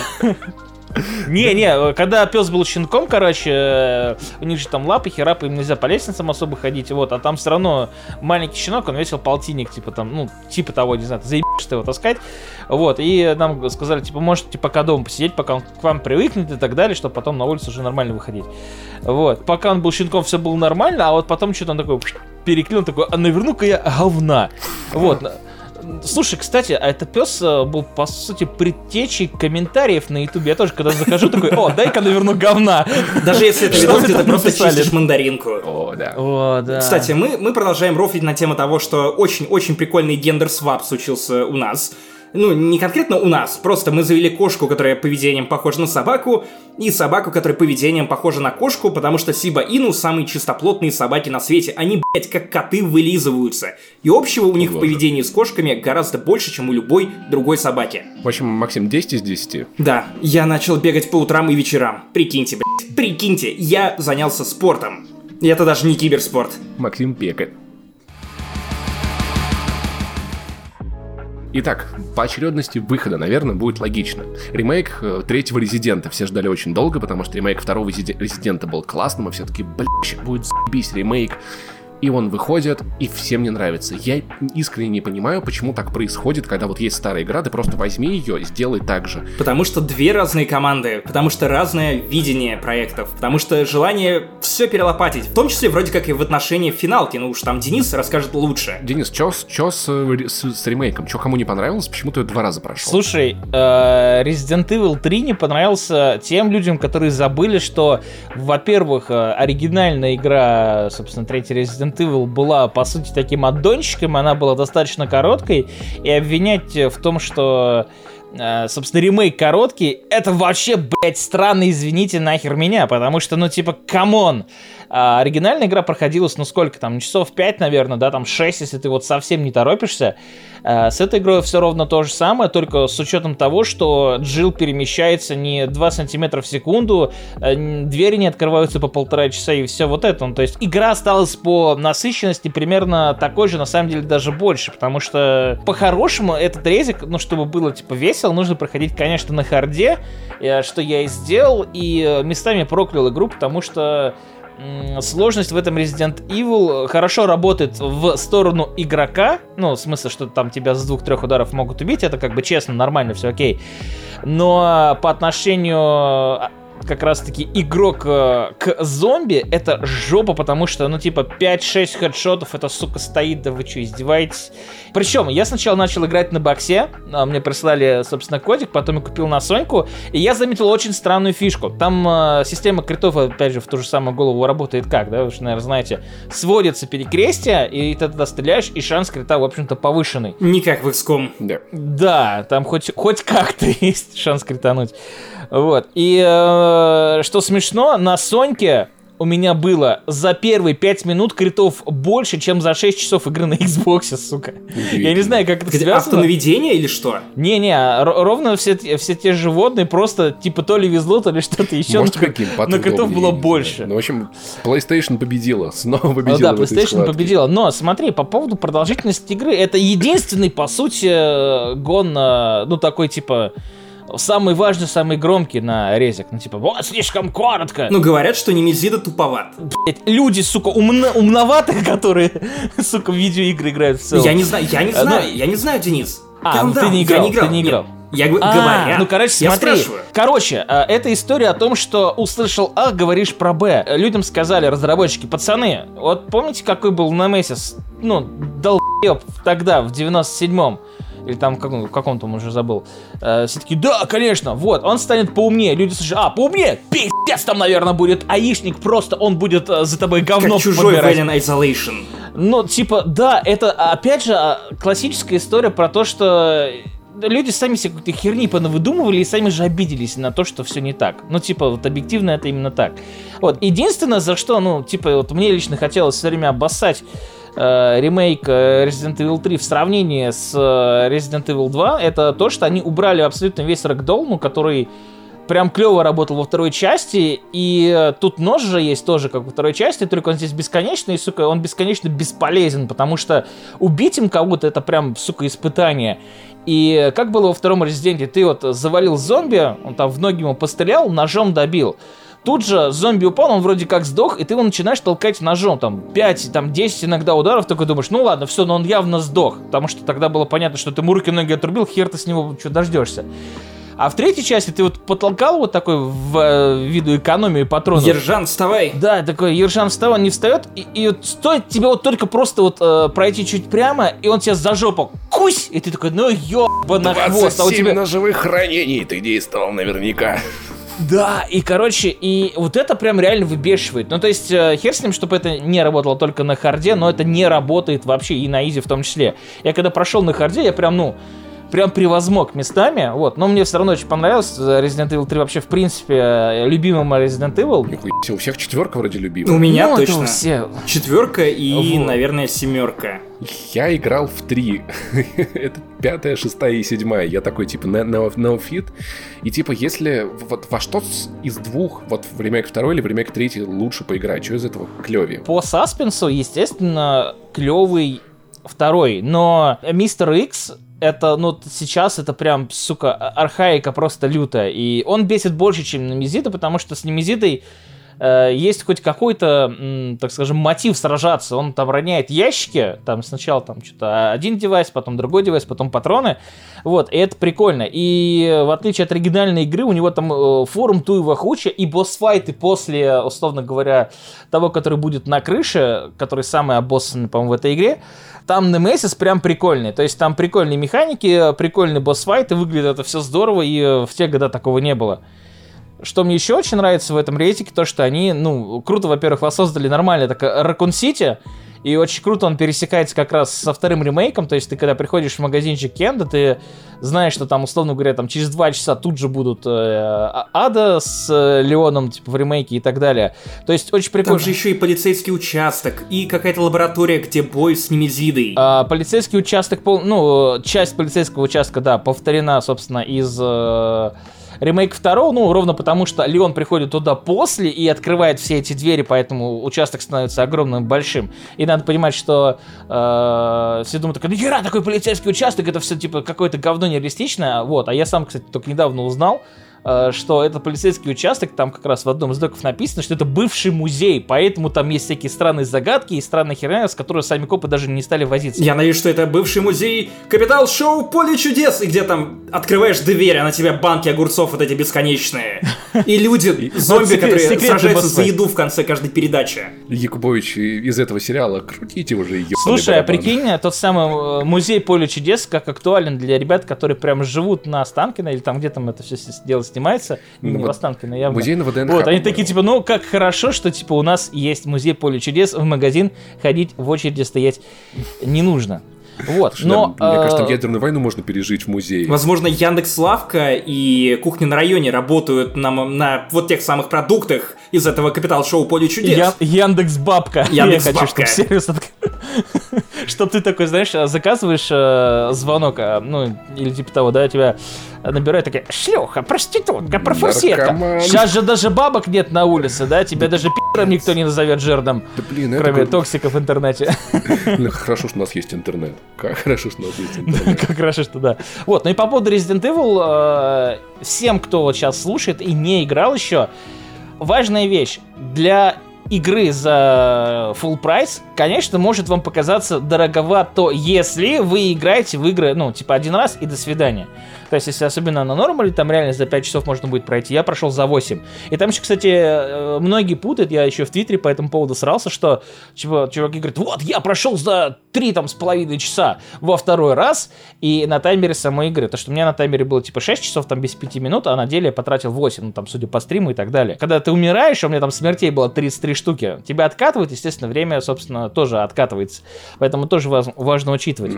Не, когда пес был щенком, короче, у них же там лапы, херапы, им нельзя по лестницам особо ходить, вот, а там все равно маленький щенок, он весил полтинник, типа там, типа того, не знаю, ты заебешься его таскать, вот, и нам сказали, типа, можете пока дома посидеть, пока он к вам привыкнет и так далее, чтобы потом на улицу уже нормально выходить, вот, пока он был щенком, все было нормально, а вот потом что-то он такой переклинил, такой, а наверну-ка я говна, вот. Слушай, кстати, а этот пес был, по сути, предтечей комментариев на ютубе. Я тоже, когда захожу, такой: о, дай-ка наверну говна. Даже если это видос, где ты просто чистишь мандаринку. О, да. Кстати, мы продолжаем рофлить на тему того, что очень-очень прикольный гендер-свап случился у нас. Ну, не конкретно у нас, просто мы завели кошку, которая поведением похожа на собаку, и собаку, которая поведением похожа на кошку, потому что Сиба Ину самые чистоплотные собаки на свете. Они, блять, как коты вылизываются. И общего у них в поведении с кошками гораздо больше, чем у любой другой собаки. В общем, Максим, 10 из 10. Да, я начал бегать по утрам и вечерам. Прикиньте, блять, прикиньте, я занялся спортом. И это даже не киберспорт. Максим бегает. Итак, по очередности выхода, наверное, будет логично. Ремейк третьего Резидента все ждали очень долго, потому что ремейк второго Резидента был классным, а все таки, блядь, будет заебись ремейк. И он выходит, и всем не нравится. Я искренне не понимаю, почему так происходит, когда вот есть старая игра, ты просто возьми ее и сделай так же. Потому что две разные команды, потому что разное видение проектов, потому что желание все перелопатить, в том числе вроде как и в отношении финалки, ну уж там Денис расскажет лучше. Денис, чё с ремейком? Чё кому не понравилось? Почему ты 2 раза прошел? Слушай, Resident Evil 3 не понравился тем людям, которые забыли, что, во-первых, оригинальная игра, собственно, третий Resident Evil была, по сути, таким аддончиком, она была достаточно короткой, и обвинять в том, что, собственно, ремейк короткий, это вообще, блять, странно, извините нахер меня, потому что, ну, типа, камон, оригинальная игра проходилась, ну, сколько там, часов 5, наверное, да, там 6, если ты вот совсем не торопишься. С этой игрой все ровно то же самое, только с учетом того, что Джилл перемещается не 2 сантиметра в секунду, двери не открываются по 1,5 часа и все вот это. Ну, то есть игра осталась по насыщенности примерно такой же, на самом деле даже больше, потому что по-хорошему этот резик, ну, чтобы было типа весело, нужно проходить, конечно, на харде, что я и сделал, и местами проклял игру, потому что сложность в этом Resident Evil хорошо работает в сторону игрока, ну, в смысле, что там тебя с 2-3 ударов могут убить, это как бы честно, нормально, все окей. Но по отношению как раз-таки игрок к зомби, это жопа, потому что, ну, типа, 5-6 хедшотов, это, сука, стоит, да вы что, издеваетесь? Причем, я сначала начал играть на боксе, мне прислали, собственно, кодик, потом я купил на Соньку, и я заметил очень странную фишку. Там система критов, опять же, в ту же самую голову работает как, да, вы же, наверное, знаете, сводится перекрестие, и ты тогда стреляешь, и шанс крита, в общем-то, повышенный. Не как в XCOM. Да, там хоть как-то есть шанс критануть. Вот, и что смешно, на Соньке у меня было за первые 5 минут критов больше, чем за 6 часов игры на Xbox, сука. Я не знаю, как это связано. Автонаведение или что? Не-не, ровно все те животные просто, типа, то ли везло, то ли что-то еще, но критов было больше. Ну, в общем, PlayStation победила, снова победила. Да, PlayStation победила, но смотри, по поводу продолжительности игры, это единственный, по сути, гон, ну, такой, типа... Самый важный, самый громкий на резик. Ну, типа, вот, слишком коротко. Ну, говорят, что Немезида туповат. Блять, люди, сука, умноватые, которые, сука, в видеоигры играют в целом. Я не знаю, Денис. Ну ты не играл. Нет. Я говорю, ну, короче, смотри. Короче, это история о том, что услышал А, говоришь про Б. Людям сказали, разработчики, пацаны, вот помните, какой был Немесис? Ну, долбёб тогда, в 97-м. Или там в каком-то уже забыл. Все таки, да, конечно, вот, он станет поумнее. Люди слушают, поумнее? Пиздец там, наверное, будет аишник, просто он будет за тобой говно как чужой Alien Isolation. Ну, типа, да, это, опять же, классическая история про то, что люди сами себе какой-то херни понавыдумывали и сами же обиделись на то, что все не так. Ну, типа, вот объективно это именно так. Вот, единственное, за что, ну, типа, вот мне лично хотелось все время обоссать ремейк Resident Evil 3 в сравнении с Resident Evil 2, это то, что они убрали абсолютно весь рэгдолл, который прям клево работал во второй части, и тут нож же есть тоже, как во второй части, только он здесь бесконечный, и, сука, он бесконечно бесполезен, потому что убить им кого-то это прям, сука, испытание. И как было во втором Резиденте, ты вот завалил зомби, он там в ноги ему пострелял, ножом добил. Тут же зомби упал, он вроде как сдох, и ты его начинаешь толкать ножом, там, 5, там, 10 иногда ударов, такой думаешь, ну ладно, все, но он явно сдох, потому что тогда было понятно, что ты ему руки-ноги отрубил, хер ты с него что дождешься. А в третьей части ты вот потолкал вот такой в виду экономии патронов. Ержан, вставай! Да, такой, Ержан, вставай, он не встает, и вот стоит тебе вот только просто вот пройти чуть прямо, и он тебя за жопу кусь, и ты такой, ну ёбана хвост. 27 ножевых ранений ты действовал наверняка. Да, и, короче, и вот это прям реально выбешивает. Ну, то есть, хер с ним, чтобы это не работало только на харде, но это не работает вообще и на изи в том числе. Я когда прошел на харде, я прям прям превозмог местами, вот, но мне все равно очень понравилось. Resident Evil 3 вообще, в принципе, любимый мой Resident Evil. Нихуя себе, у всех 4 вроде любимая. У меня Ну, точно. Все. 4 и, Вот. наверное, 7. Я играл в 3. Это 5, 6 и 7. Я такой, типа, neofit. И, типа, если вот во что из двух, вот в ремейк 2 или в ремейк 3 лучше поиграть? Что из этого клёвее? По саспенсу, естественно, клевый 2, но Мистер Икс, это, ну, сейчас это прям, сука, архаика просто лютая. И он бесит больше, чем Немезида, потому что с Немезидой есть хоть какой-то, так скажем, мотив сражаться. Он там роняет ящики, там сначала там что-то один девайс, потом другой девайс, потом патроны. Вот, и это прикольно. И в отличие от оригинальной игры, у него там форум туева хуча, и босс-файты после, условно говоря, того, который будет на крыше, который самый обоссанный, по-моему, в этой игре, там Немесис прям прикольный. То есть там прикольные механики, прикольные босс-файты, выглядит это все здорово, и в те года такого не было. Что мне еще очень нравится в этом рейтинге, то, что они, ну, круто, во-первых, воссоздали нормально так Raccoon City, и очень круто он пересекается как раз со 2 ремейком, то есть ты, когда приходишь в магазинчик Кенда, ты знаешь, что там, условно говоря, там через 2 часа тут же будут Ада с Леоном, типа, в ремейке и так далее. То есть очень прикольно. Там же еще и полицейский участок, и какая-то лаборатория, где бой с Немезидой. Полицейский участок, часть полицейского участка, да, повторена, собственно, из... ремейк 2, ну, ровно потому, что Леон приходит туда после и открывает все эти двери, поэтому участок становится огромным, большим. И надо понимать, что все думают, нихера, такой полицейский участок, это все, типа, какое-то говно нереалистичное, вот. А я сам, кстати, только недавно узнал, что это полицейский участок, там как раз в одном из доков написано, что это бывший музей, поэтому там есть всякие странные загадки и странная херня, с которой сами копы даже не стали возиться. Я надеюсь, что это бывший музей Капитал Шоу Поле Чудес, и где там открываешь дверь, а на тебя банки огурцов вот эти бесконечные. И люди, зомби, которые сражаются за еду в конце каждой передачи. Якубович из этого сериала, крутите уже ее. Слушай, а прикинь, тот самый музей Поле Чудес как актуален для ребят, которые прям живут на Останкино, или там где там это все дело снимается, не в Останкино, явно. Музей на ВДНХ. Вот, они такие, типа, ну, как хорошо, что, типа, у нас есть музей Поле Чудес, в магазин ходить, в очереди стоять не нужно. Вот, но... Мне кажется, там ядерную войну можно пережить в музее. Возможно, Яндекс.Лавка и Кухня на районе работают на вот тех самых продуктах из этого Капитал-шоу Поле Чудес. Яндекс.Бабка. Яндекс.Бабка. Я хочу, чтобы сервис... Что ты такой, знаешь, заказываешь звонок, ну, или типа того, да, тебя набирают такая: шлюха, проститутка, профурсетка. Сейчас же даже бабок нет на улице, да, тебя даже пи***ром никто не назовет жирным, да, блин, кроме токсиков в интернете. Хорошо, что у нас есть интернет. Как хорошо, что у нас есть интернет. Как хорошо, что да. Вот, ну и по поводу Resident Evil, всем, кто вот сейчас слушает и не играл еще, важная вещь. Для игры за full прайс, конечно, может вам показаться дороговато, если вы играете в игры, ну, типа, один раз и до свидания. То есть, если особенно на нормале, там реально за 5 часов можно будет пройти. Я прошел за 8. И там еще, кстати, многие путают, я еще в Твиттере по этому поводу срался, что чуваки говорят: вот, я прошел за 3,5 часа во второй раз, и на таймере самой игры. То, что у меня на таймере было типа 6 часов, там без 5 минут, а на деле я потратил 8, ну, там, судя по стриму и так далее. Когда ты умираешь, у меня там смертей было 33 штуки, тебя откатывает, естественно, время, собственно, тоже откатывается. Поэтому тоже важно учитывать.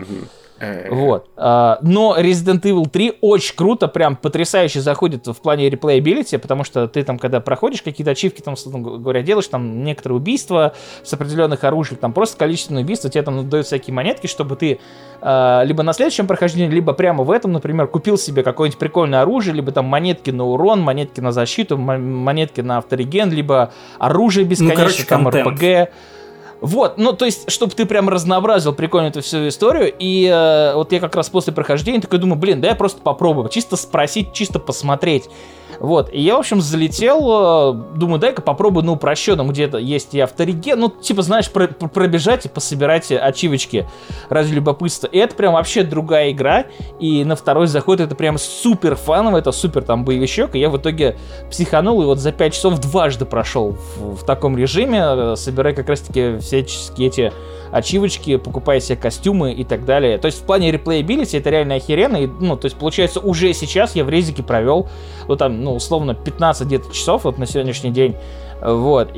Вот. Но Resident Evil 3 очень круто, прям потрясающе заходит в плане реплеябилити, потому что ты там, когда проходишь какие-то ачивки, там, условно говоря, делаешь там некоторые убийства с определенных оружий, там просто количественное убийство, тебе там дают всякие монетки, чтобы ты либо на следующем прохождении, либо прямо в этом, например, купил себе какое-нибудь прикольное оружие, либо там монетки на урон, монетки на защиту, монетки на автореген, либо оружие бесконечное, там РПГ. Вот, ну, то есть, чтобы ты прям разнообразил прикольно эту всю историю, и вот я как раз после прохождения такой думаю, блин, да я просто попробую, чисто спросить, чисто посмотреть. Вот, и я, в общем, залетел, думаю, дай-ка попробую на упрощенном, где-то есть и автореген, ну, типа, знаешь, пробежать и пособирать ачивочки ради любопытства. И это прям вообще другая игра, и на второй заход это прям супер фаново, это супер там боевичок, и я в итоге психанул и вот за 5 часов дважды прошел в таком режиме, собирая как раз-таки всяческие эти ачивочки, покупай себе костюмы и так далее. То есть в плане реплеябилити это реально охеренно. И, ну, то есть получается уже сейчас я в резике провел, ну там, ну условно 15 где-то часов вот на сегодняшний день. Вот,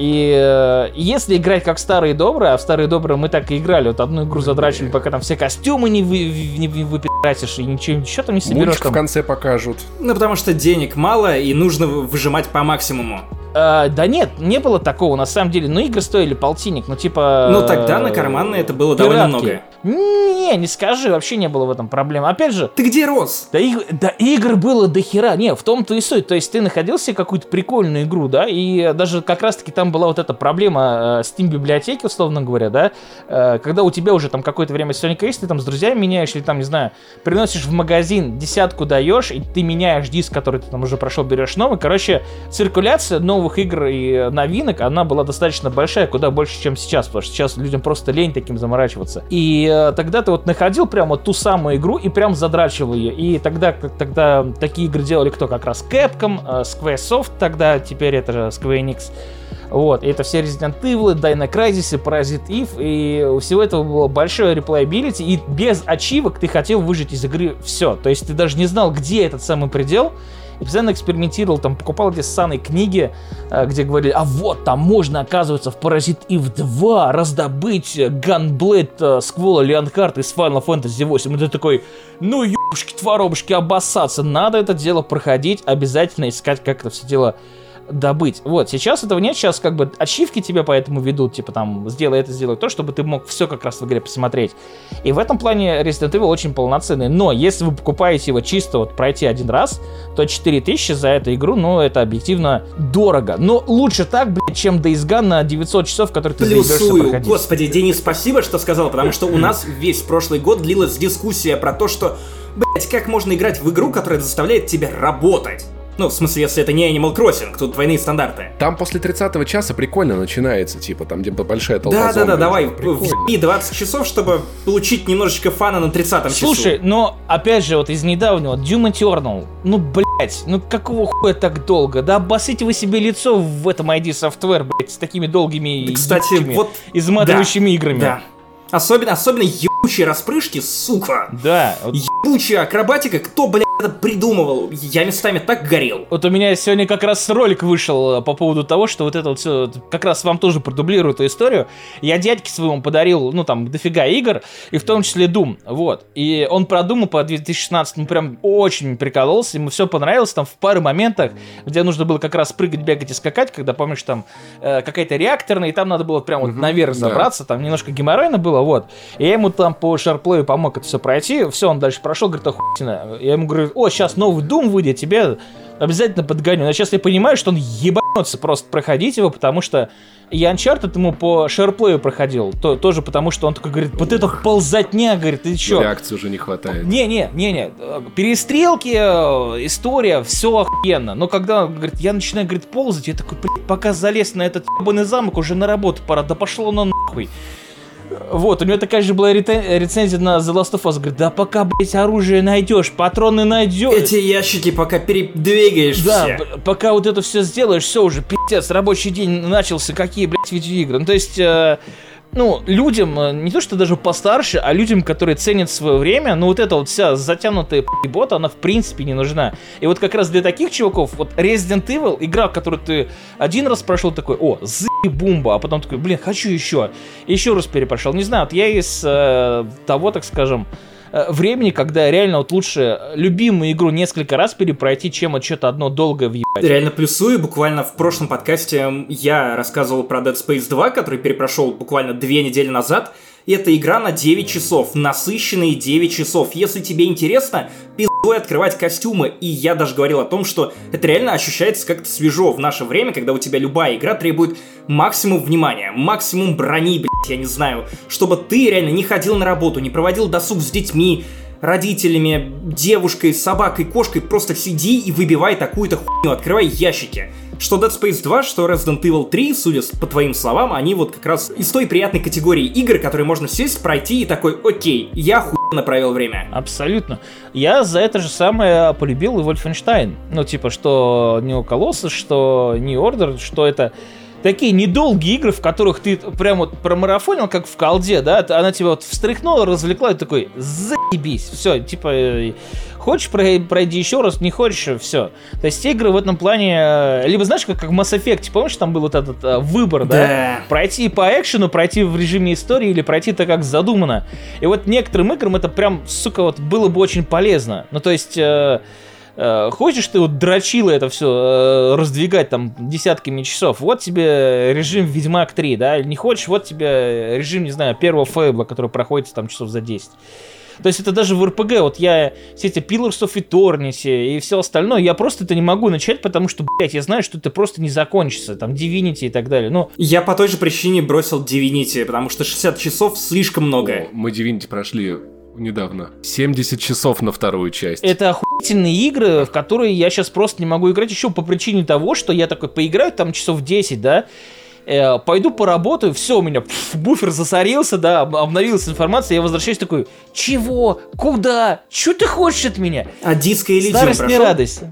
и если играть как в старые добрые, а в старые добрые мы так и играли, вот одну игру задрачивали, пока там все костюмы не выпи***ть и ничего там не соберешь. Мультик в конце покажут. Ну, потому что денег мало и нужно выжимать по максимуму. Да нет, не было такого, на самом деле, ну игры стоили полтинник, ну типа... Ну тогда на карманные это было довольно много. Не скажи, вообще не было в этом проблем. Опять же... Ты где рос? Да игр было до хера, не, в том-то и суть, то есть ты находил себе какую-то прикольную игру, да, и даже как раз-таки там была вот эта проблема Steam-библиотеки, условно говоря, да, когда у тебя уже там какое-то время Sonic есть, ты там с друзьями меняешь, или там, не знаю, приносишь в магазин, 10 даешь, и ты меняешь диск, который ты там уже прошел, берешь новый, короче, циркуляция новых игр и новинок, она была достаточно большая, куда больше, чем сейчас, потому что сейчас людям просто лень таким заморачиваться. И тогда ты вот находил прямо ту самую игру и прям задрачивал ее. И тогда такие игры делали кто? Как раз Capcom, Squaresoft тогда, теперь это же Square Enix. Вот, и это все Resident Evil, Dino Crisis, Parasite Eve, и у всего этого было большое реплеябилити, и без ачивок ты хотел выжать из игры все. То есть ты даже не знал, где этот самый предел, и постоянно экспериментировал, там, покупал эти ссаные книги, где говорили, а вот там можно, оказывается, в Parasite Eve 2 раздобыть Gunblade Squall Leonhardt из Final Fantasy 8. И ты такой, ну ёбушки-творобушки, обоссаться, надо это дело проходить, обязательно искать, как это все дело добыть. Вот, сейчас этого нет, сейчас как бы ачивки тебя поэтому ведут, типа там, сделай это, сделай то, чтобы ты мог все как раз в игре посмотреть. И в этом плане Resident Evil очень полноценный, но если вы покупаете его чисто вот пройти один раз, то 4000 за эту игру, ну, это объективно дорого. Но лучше так, блядь, чем Days Gone на 900 часов, который ты заебешься проходить. Господи, Денис, спасибо, что сказал, потому что у нас весь прошлый год длилась дискуссия про то, что, блядь, как можно играть в игру, которая заставляет тебя работать. Ну, в смысле, если это не Animal Crossing, тут двойные стандарты. Там после 30-го часа прикольно начинается, типа, там где большая толпа. Да, давай, вби 20 часов, чтобы получить немножечко фана на 30-м часу. Слушай, но, опять же, вот из недавнего, Doom Eternal, ну, блять, ну какого хуя так долго? Да обоссите вы себе лицо в этом ID Software, блять, с такими долгими, кстати, вот изматывающими играми. Да. Особенно ебучие распрыжки, сука. Да. Ебучая акробатика, кто, блядь, это придумывал? Я местами так горел. Вот у меня сегодня как раз ролик вышел по поводу того, что вот это вот все, как раз вам тоже продублирую эту историю. Я дядьке своему подарил, ну там, дофига игр, и в том числе Doom, вот. И он про Doom по 2016, ну прям очень прикололся, ему все понравилось, там в паре моментах, где нужно было как раз прыгать, бегать и скакать, когда, помнишь, там какая-то реакторная, и там надо было прям вот наверх забраться, там немножко геморройно было, вот. И я ему там по шарплею помог это все пройти, все, он дальше прошел, говорит, охуительно. Я ему говорю, о, сейчас новый Doom выйдет, тебе обязательно подгоню. Но сейчас я понимаю, что он ебанется просто проходить его, потому что я Uncharted ему по шерплею проходил, тоже потому что он такой говорит, вот это ползатня, говорит, ты чё? Реакции уже не хватает. Не, перестрелки, история, все охуенно. Но когда, говорит, я начинаю, говорит, ползать, я такой, блядь, пока залез на этот ебаный замок, уже на работу пора, да пошло на нахуй. Вот, у него такая же была рецензия на The Last of Us. Говорит, да пока, блять, оружие найдешь, патроны найдешь. Эти ящики пока передвигаешь. Да, пока вот это все сделаешь, все уже, пиздец, рабочий день начался, какие, блять, видеоигры. Ну, то есть... Ну, людям, не то что даже постарше, а людям, которые ценят свое время, ну, вот эта вот вся затянутая п***бота, она в принципе не нужна. И вот как раз для таких чуваков, вот Resident Evil, игра, которую ты один раз прошел, такой, о, бумба, а потом такой, блин, хочу еще. И еще раз перепрошел. Не знаю, вот я из того, так скажем, времени, когда реально вот лучше любимую игру несколько раз перепройти, чем вот что-то одно долгое въебать. Реально плюсую. Буквально в прошлом подкасте я рассказывал про Dead Space 2, который перепрошел буквально 2 недели назад. И это игра на 9 часов, насыщенные 9 часов. Если тебе интересно, пиздой открывать костюмы. И я даже говорил о том, что это реально ощущается как-то свежо в наше время, когда у тебя любая игра требует максимум внимания, максимум брони, блять, я не знаю, чтобы ты реально не ходил на работу, не проводил досуг с детьми, родителями, девушкой, собакой, кошкой, просто сиди и выбивай такую-то хуйню, открывай ящики. Что Dead Space 2, что Resident Evil 3, судя по твоим словам, они вот как раз из той приятной категории игр, которые можно сесть, пройти и такой, окей, я хуйно провел время. Абсолютно. Я за это же самое полюбил и Wolfenstein. Ну, типа, что New Colossus, что New Order, что это... такие недолгие игры, в которых ты прям вот промарафонил, как в колде, да, она тебя вот встряхнула, развлекла, и такой, заебись, все, типа, хочешь, пройди еще раз, не хочешь, все. То есть игры в этом плане, либо знаешь, как в Mass Effect, помнишь, там был вот этот выбор, да? Пройти по экшену, пройти в режиме истории, или пройти так, как задумано. И вот некоторым играм это прям, сука, вот было бы очень полезно. Ну, то есть... Хочешь ты вот дрочило это все раздвигать там десятками часов, вот тебе режим Ведьмак 3, да, не хочешь, вот тебе режим, не знаю, первого Фейбла, который проходит там часов за 10. То есть это даже в РПГ, вот я все эти Pillars of Eternity и все остальное, я просто это не могу начать, потому что, блядь, я знаю, что это просто не закончится, там, Divinity и так далее, ну... Я по той же причине бросил Divinity, потому что 60 часов слишком много. Мы Divinity прошли... недавно. 70 часов на вторую часть. Это охуительные игры, в которые я сейчас просто не могу играть еще по причине того, что я такой поиграю там часов 10, да, пойду поработаю, все, у меня буфер засорился, да, обновилась информация, я возвращаюсь такой, чего? Куда? Че ты хочешь от меня? А Disco Elysium Старость не радость.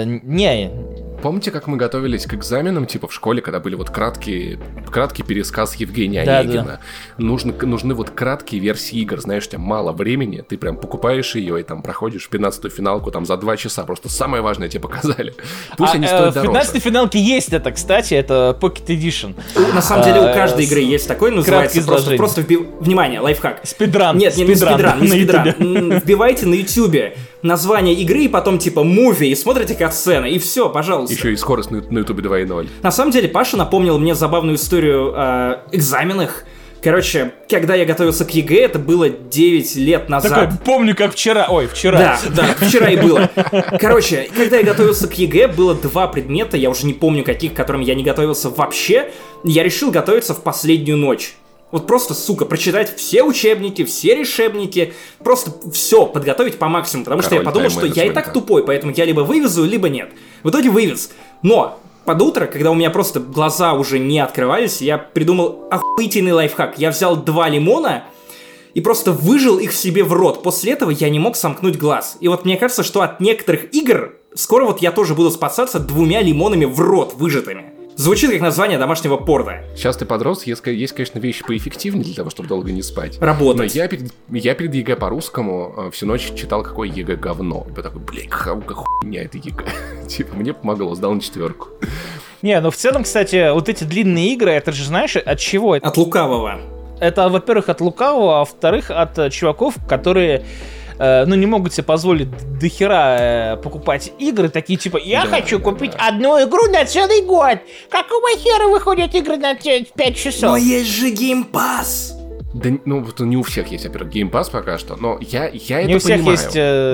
Не. Помните, как мы готовились к экзаменам, типа в школе, когда были вот краткий пересказ Евгения Да, Онегина? да. Нужны вот краткие версии игр, знаешь, у тебя мало времени, ты прям покупаешь ее и там проходишь 15-ю финалку там за 2 часа, просто самое важное тебе показали. Пусть они стоят дороже. В 15-й финалке есть это, кстати, это Pocket Edition. На самом деле у каждой игры есть такой, называется просто внимание, лайфхак. Спидран. Нет, не спидран. Вбивайте на ютубе название игры и потом типа муви и смотрите катсцены, и все, пожалуйста. Еще и скорость на ютубе 2.0. На самом деле Паша напомнил мне забавную историю о экзаменах. Короче, когда я готовился к ЕГЭ, это было 9 лет назад. Такой, помню, как вчера. Ой, вчера. Да, вчера и было. Короче, когда я готовился к ЕГЭ, было 2 предмета, я уже не помню каких, к которым я не готовился вообще. Я решил готовиться в последнюю ночь. Вот просто, сука, прочитать все учебники, все решебники, просто все подготовить по максимуму, потому что я подумал, что я и так тупой, поэтому я либо вывезу, либо нет. В итоге вывез. Но под утро, когда у меня просто глаза уже не открывались, я придумал охуительный лайфхак. Я взял 2 лимона и просто выжил их себе в рот. После этого я не мог сомкнуть глаз. И вот мне кажется, что от некоторых игр скоро вот я тоже буду спасаться 2 лимонами в рот выжатыми. Звучит как название домашнего порно. Сейчас ты подрос, есть, конечно, вещи поэффективнее для того, чтобы долго не спать. Работать. Но я перед ЕГЭ по-русскому всю ночь читал, какое ЕГЭ говно. Я такой, блядь, какая хуйня это ЕГЭ. Типа, мне помогло, сдал на 4. Не, ну в целом, кстати, вот эти длинные игры, это же, знаешь, от чего? От лукавого. Это, во-первых, от лукавого, а во-вторых, от чуваков, которые... не могут себе позволить дохера покупать игры, такие типа, я хочу купить одну игру на целый год. Какого хера выходят игры на 5 часов? Но есть же Game Pass. Да, ну, вот не у всех есть, во-первых, Game Pass пока что, но я это понимаю. Не у всех есть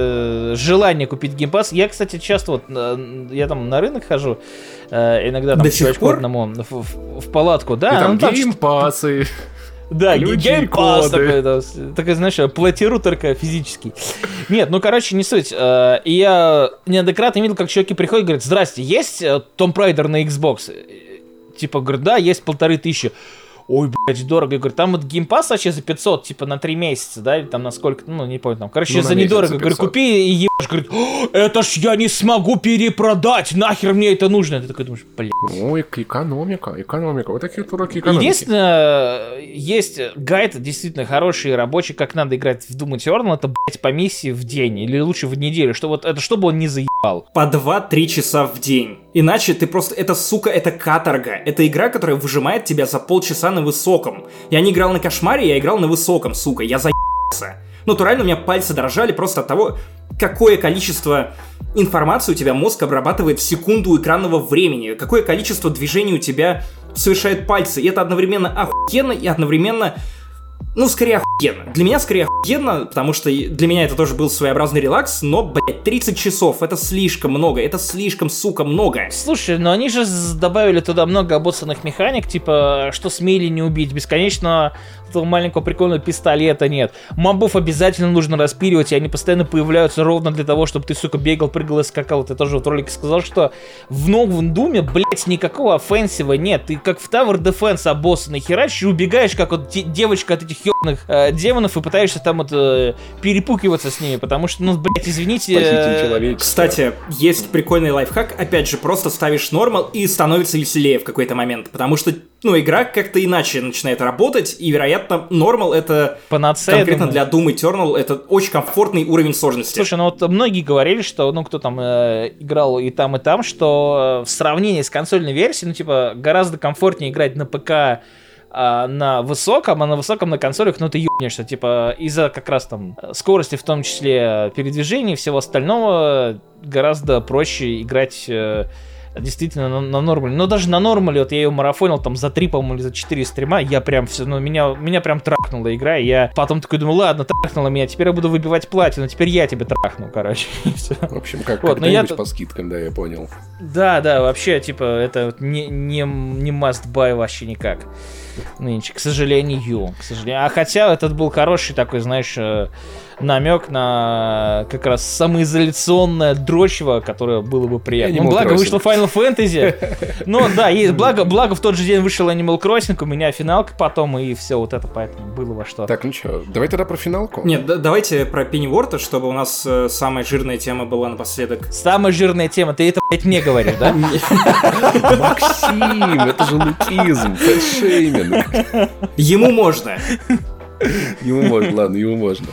желание купить Game Pass. Я, кстати, часто вот, я там на рынок хожу, иногда там чувачку одному в палатку, да. И там Game Pass'ы. Да, геймпасс такой, знаешь, платиру только физически. Нет, ну, короче, не суть. И я неоднократно видел, как чуваки приходят и говорят, здрасте, есть Tomb Raider на Xbox? Типа, говорю, да, есть 1500. Ой, блядь, дорого. Я говорю, там вот геймпасс вообще за 500, типа на 3 месяца, да, или там на сколько, ну, не помню, там. Короче, за недорого. За говорю, купи и ебашь. Говорит, это ж я не смогу перепродать, нахер мне это нужно. Ты такой думаешь, блядь. Ой, экономика. Вот такие вот уроки экономики. Единственное, есть гайд действительно хороший и рабочий, как надо играть в Doom Eternal, это, блядь, по миссии в день, или лучше в неделю, что вот это, чтобы он не заебал. По 2-3 часа в день. Иначе ты просто, это, сука, это каторга. Это игра, которая выжимает тебя за полчаса на высоком. Я не играл на кошмаре, я играл на высоком, сука. Я заебался. Натурально у меня пальцы дрожали просто от того, какое количество информации у тебя мозг обрабатывает в секунду экранного времени, какое количество движений у тебя совершает пальцы. И это одновременно охуенно и одновременно... Ну, скорее охуенно. Для меня скорее охуенно, потому что для меня это тоже был своеобразный релакс, но, блядь, 30 часов — это слишком много, это слишком, сука, много. Слушай, но они же добавили туда много обоссанных механик, типа, что смели не убить, бесконечно этого маленького прикольного пистолета нет. Мобов обязательно нужно распиливать, и они постоянно появляются ровно для того, чтобы ты, сука, бегал, прыгал и скакал. Ты тоже в ролике сказал, что в новом Думе, блять, никакого офенсива нет. Ты как в Tower Defense обоссанный херачишь и убегаешь, как вот девочка от этих ебаных демонов, и пытаешься там вот перепукиваться с ними, потому что, ну, блять, извините... Кстати, есть прикольный лайфхак, опять же, просто ставишь нормал и становится веселее в какой-то момент, потому что, ну, игра как-то иначе начинает работать, и, вероятно, нормал это панацея, конкретно для Doom Eternal, это очень комфортный уровень сложности. Слушай, ну вот многие говорили, что, ну, кто там играл и там, что в сравнении с консольной версией, ну, типа, гораздо комфортнее играть на ПК на высоком, а на высоком на консолях, ну, ты ебнешься, типа, из-за как раз там скорости, в том числе передвижений и всего остального, гораздо проще играть действительно на нормале. Но даже на нормале, вот я ее марафонил там за 3, по-моему, или за 4 стрима, я прям все, ну, меня прям трахнула игра, и я потом такой думаю, ладно, трахнула меня, теперь я буду выбивать платину, теперь я тебя трахну, короче. В общем, как вот, когда-нибудь по скидкам, да, я понял. Да, вообще, типа, это не must buy вообще никак. Нынче, к сожалению. А хотя этот был хороший такой, знаешь, намек на как раз самоизоляционное дрочево, которое было бы приятно. Ну, благо вышло Final Fantasy. Ну да, есть благо в тот же день вышел Animal Crossing, у меня финалка потом, и все вот это, поэтому было во что. Так, ну что, давай тогда про финалку. Нет, давайте про Pennyworth, чтобы у нас самая жирная тема была напоследок. Самая жирная тема, ты это, блядь, мне говоришь, да? Максим, это же лукизм, фэтшейминг. Ему можно. Ему можно, ладно, ему можно.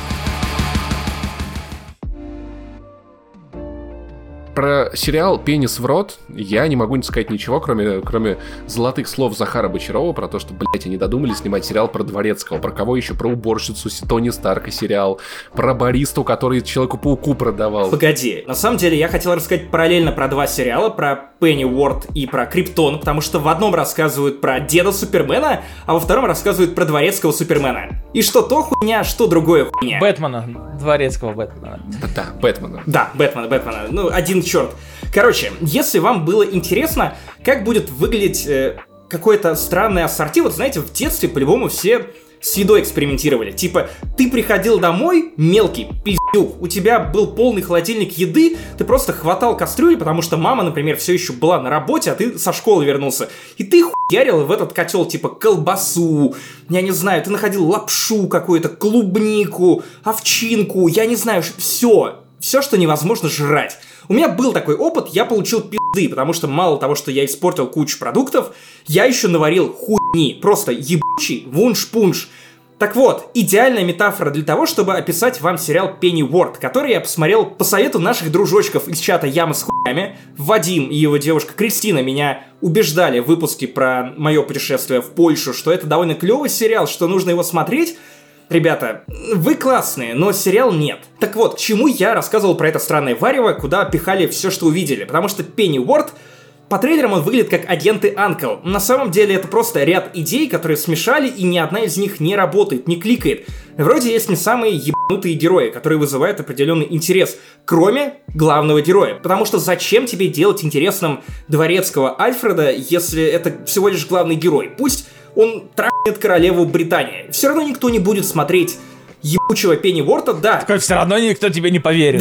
Про сериал «Пенис в рот» я не могу не сказать ничего, кроме золотых слов Захара Бочарова про то, что, блять, они додумали снимать сериал про Дворецкого. Про кого еще? Про уборщицу Тони Старка сериал. Про баристу, который Человеку-пауку продавал. Погоди, на самом деле я хотел рассказать параллельно про два сериала, про Pennyworth и про Криптон, потому что в одном рассказывают про деда Супермена, а во втором рассказывают про Дворецкого Супермена. И что то хуйня, что другое хуйня. Бэтмена, Дворецкого Бэтмена. Да, Бэтмена. Да, Бэтмена. Ну, один черт. Короче, если вам было интересно, как будет выглядеть какое-то странное ассорти, вот знаете, в детстве по-любому все с едой экспериментировали. Типа, ты приходил домой, мелкий пиздюк, у тебя был полный холодильник еды, ты просто хватал кастрюли, потому что мама, например, все еще была на работе, а ты со школы вернулся. И ты хуярил в этот котел, типа, колбасу, я не знаю, ты находил лапшу какую-то, клубнику, овчинку, я не знаю, все, что невозможно жрать. У меня был такой опыт, я получил пизды, потому что мало того, что я испортил кучу продуктов, я еще наварил хуйни, просто ебучий вунш-пунш. Так вот, идеальная метафора для того, чтобы описать вам сериал Pennyworth, который я посмотрел по совету наших дружочков из чата Яма с хуями. Вадим и его девушка Кристина меня убеждали в выпуске про мое путешествие в Польшу, что это довольно клевый сериал, что нужно его смотреть. Ребята, вы классные, но сериал нет. Так вот, к чему я рассказывал про это странное варево, куда пихали все, что увидели. Потому что Pennyworth, по трейлерам он выглядит как агенты Анкл. На самом деле это просто ряд идей, которые смешали, и ни одна из них не работает, не кликает. Вроде есть не самые ебанутые герои, которые вызывают определенный интерес, кроме главного героя. Потому что зачем тебе делать интересным Дворецкого Альфреда, если это всего лишь главный герой? Пусть он трахнет королеву Британии. Все равно никто не будет смотреть ебучего Пенниворта, да. Такой, все равно никто тебе не поверит.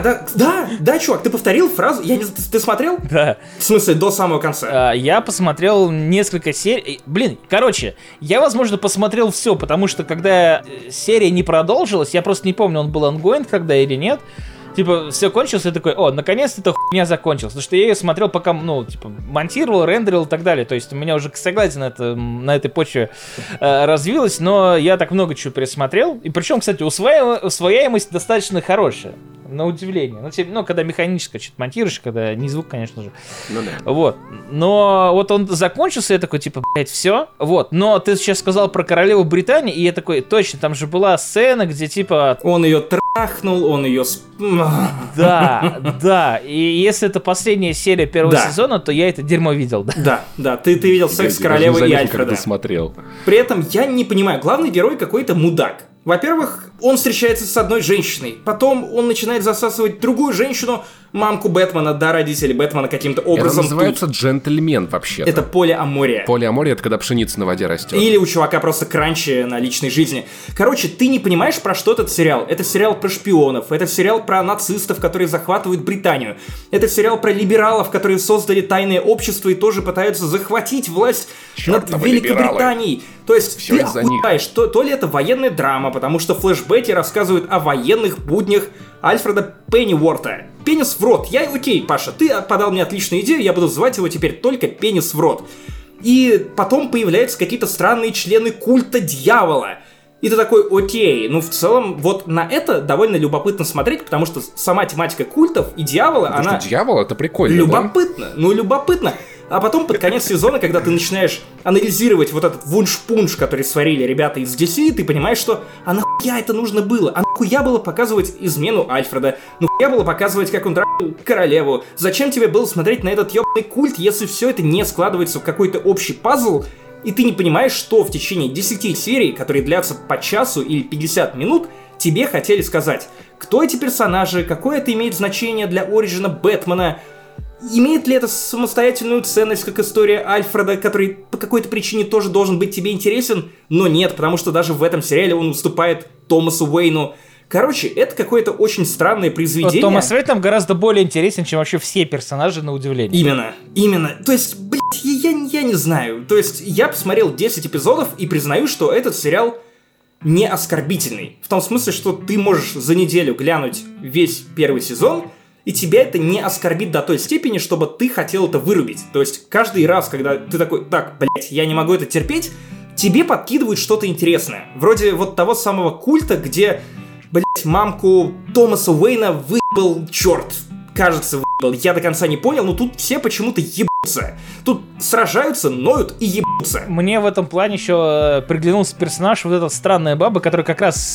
Да, чувак, ты повторил фразу? Ты смотрел? Да. В смысле, до самого конца? Я посмотрел несколько серий. Блин, короче, я, возможно, посмотрел все, потому что когда серия не продолжилась, я просто не помню, он был ангоинг тогда или нет. Типа, все кончилось, и такой, наконец-то эта хуйня закончилась. Потому что я ее смотрел, пока, монтировал, рендерил и так далее. То есть у меня уже согласие на этой почве развилось, но я так много чего пересмотрел. И причем, кстати, усвояемость достаточно хорошая. На удивление. Когда механически что-то монтируешь, когда не звук, конечно же. Ну да. Вот. Но вот он закончился, я такой, типа, блять, все. Вот. Но ты сейчас сказал про королеву Британии, и я такой, точно, там же была сцена, где, типа... Он ее трахнул, он ее... Да. И если это последняя серия первого сезона, то я это дерьмо видел. Да. Ты видел секс с королевой и Альфреда. Как ты смотрел. При этом я не понимаю, главный герой какой-то мудак. Во-первых, он встречается с одной женщиной, потом он начинает засасывать другую женщину, мамку Бэтмена, да, родителей Бэтмена каким-то образом. Это называется джентльмен вообще-то. Это полиамория. Полиамория — это когда пшеница на воде растет. Или у чувака просто кранчи на личной жизни. Короче, ты не понимаешь, про что этот сериал. Это сериал про шпионов, это сериал про нацистов, которые захватывают Британию. Это сериал про либералов, которые создали тайное общество и тоже пытаются захватить власть над Великобританией. То есть всё ты охуеваешь, то ли это военная драма, потому что флешбеки рассказывают о военных буднях Альфреда Пенниворта. Пенис в рот. Окей, Паша, ты подал мне отличную идею, я буду звать его теперь только Пенис в рот. И потом появляются какие-то странные члены культа дьявола. И ты такой, окей, ну в целом вот на это довольно любопытно смотреть, потому что сама тематика культов и дьявола, потому она... что дьявол — это прикольно, любопытно, да? Ну любопытно. А потом под конец сезона, когда ты начинаешь анализировать вот этот вунш-пунш, который сварили ребята из DC, ты понимаешь, что а нахуя это нужно было? А нахуя было показывать измену Альфреда? Нахуя было показывать, как он трахал королеву? Зачем тебе было смотреть на этот ёбаный культ, если все это не складывается в какой-то общий пазл, и ты не понимаешь, что в течение 10 серий, которые длятся по часу или 50 минут, тебе хотели сказать? Кто эти персонажи? Какое это имеет значение для оригина Бэтмена? Имеет ли это самостоятельную ценность, как история Альфреда, который по какой-то причине тоже должен быть тебе интересен? Но нет, потому что даже в этом сериале он уступает Томасу Уэйну. Короче, это какое-то очень странное произведение. Вот Томас Уэйн там гораздо более интересен, чем вообще все персонажи, на удивление. Именно. То есть, блять, я не знаю. То есть, я посмотрел 10 эпизодов и признаю, что этот сериал не оскорбительный. В том смысле, что ты можешь за неделю глянуть весь первый сезон, и тебя это не оскорбит до той степени, чтобы ты хотел это вырубить. То есть, каждый раз, когда ты такой, так, блять, я не могу это терпеть, тебе подкидывают что-то интересное. Вроде вот того самого культа, где, блять, мамку Томаса Уэйна выебал черт. Кажется, выебал. Я до конца не понял, но тут все почему-то ебутся. Тут сражаются, ноют и ебутся. Мне в этом плане еще приглянулся персонаж, вот эта странная баба, которая как раз...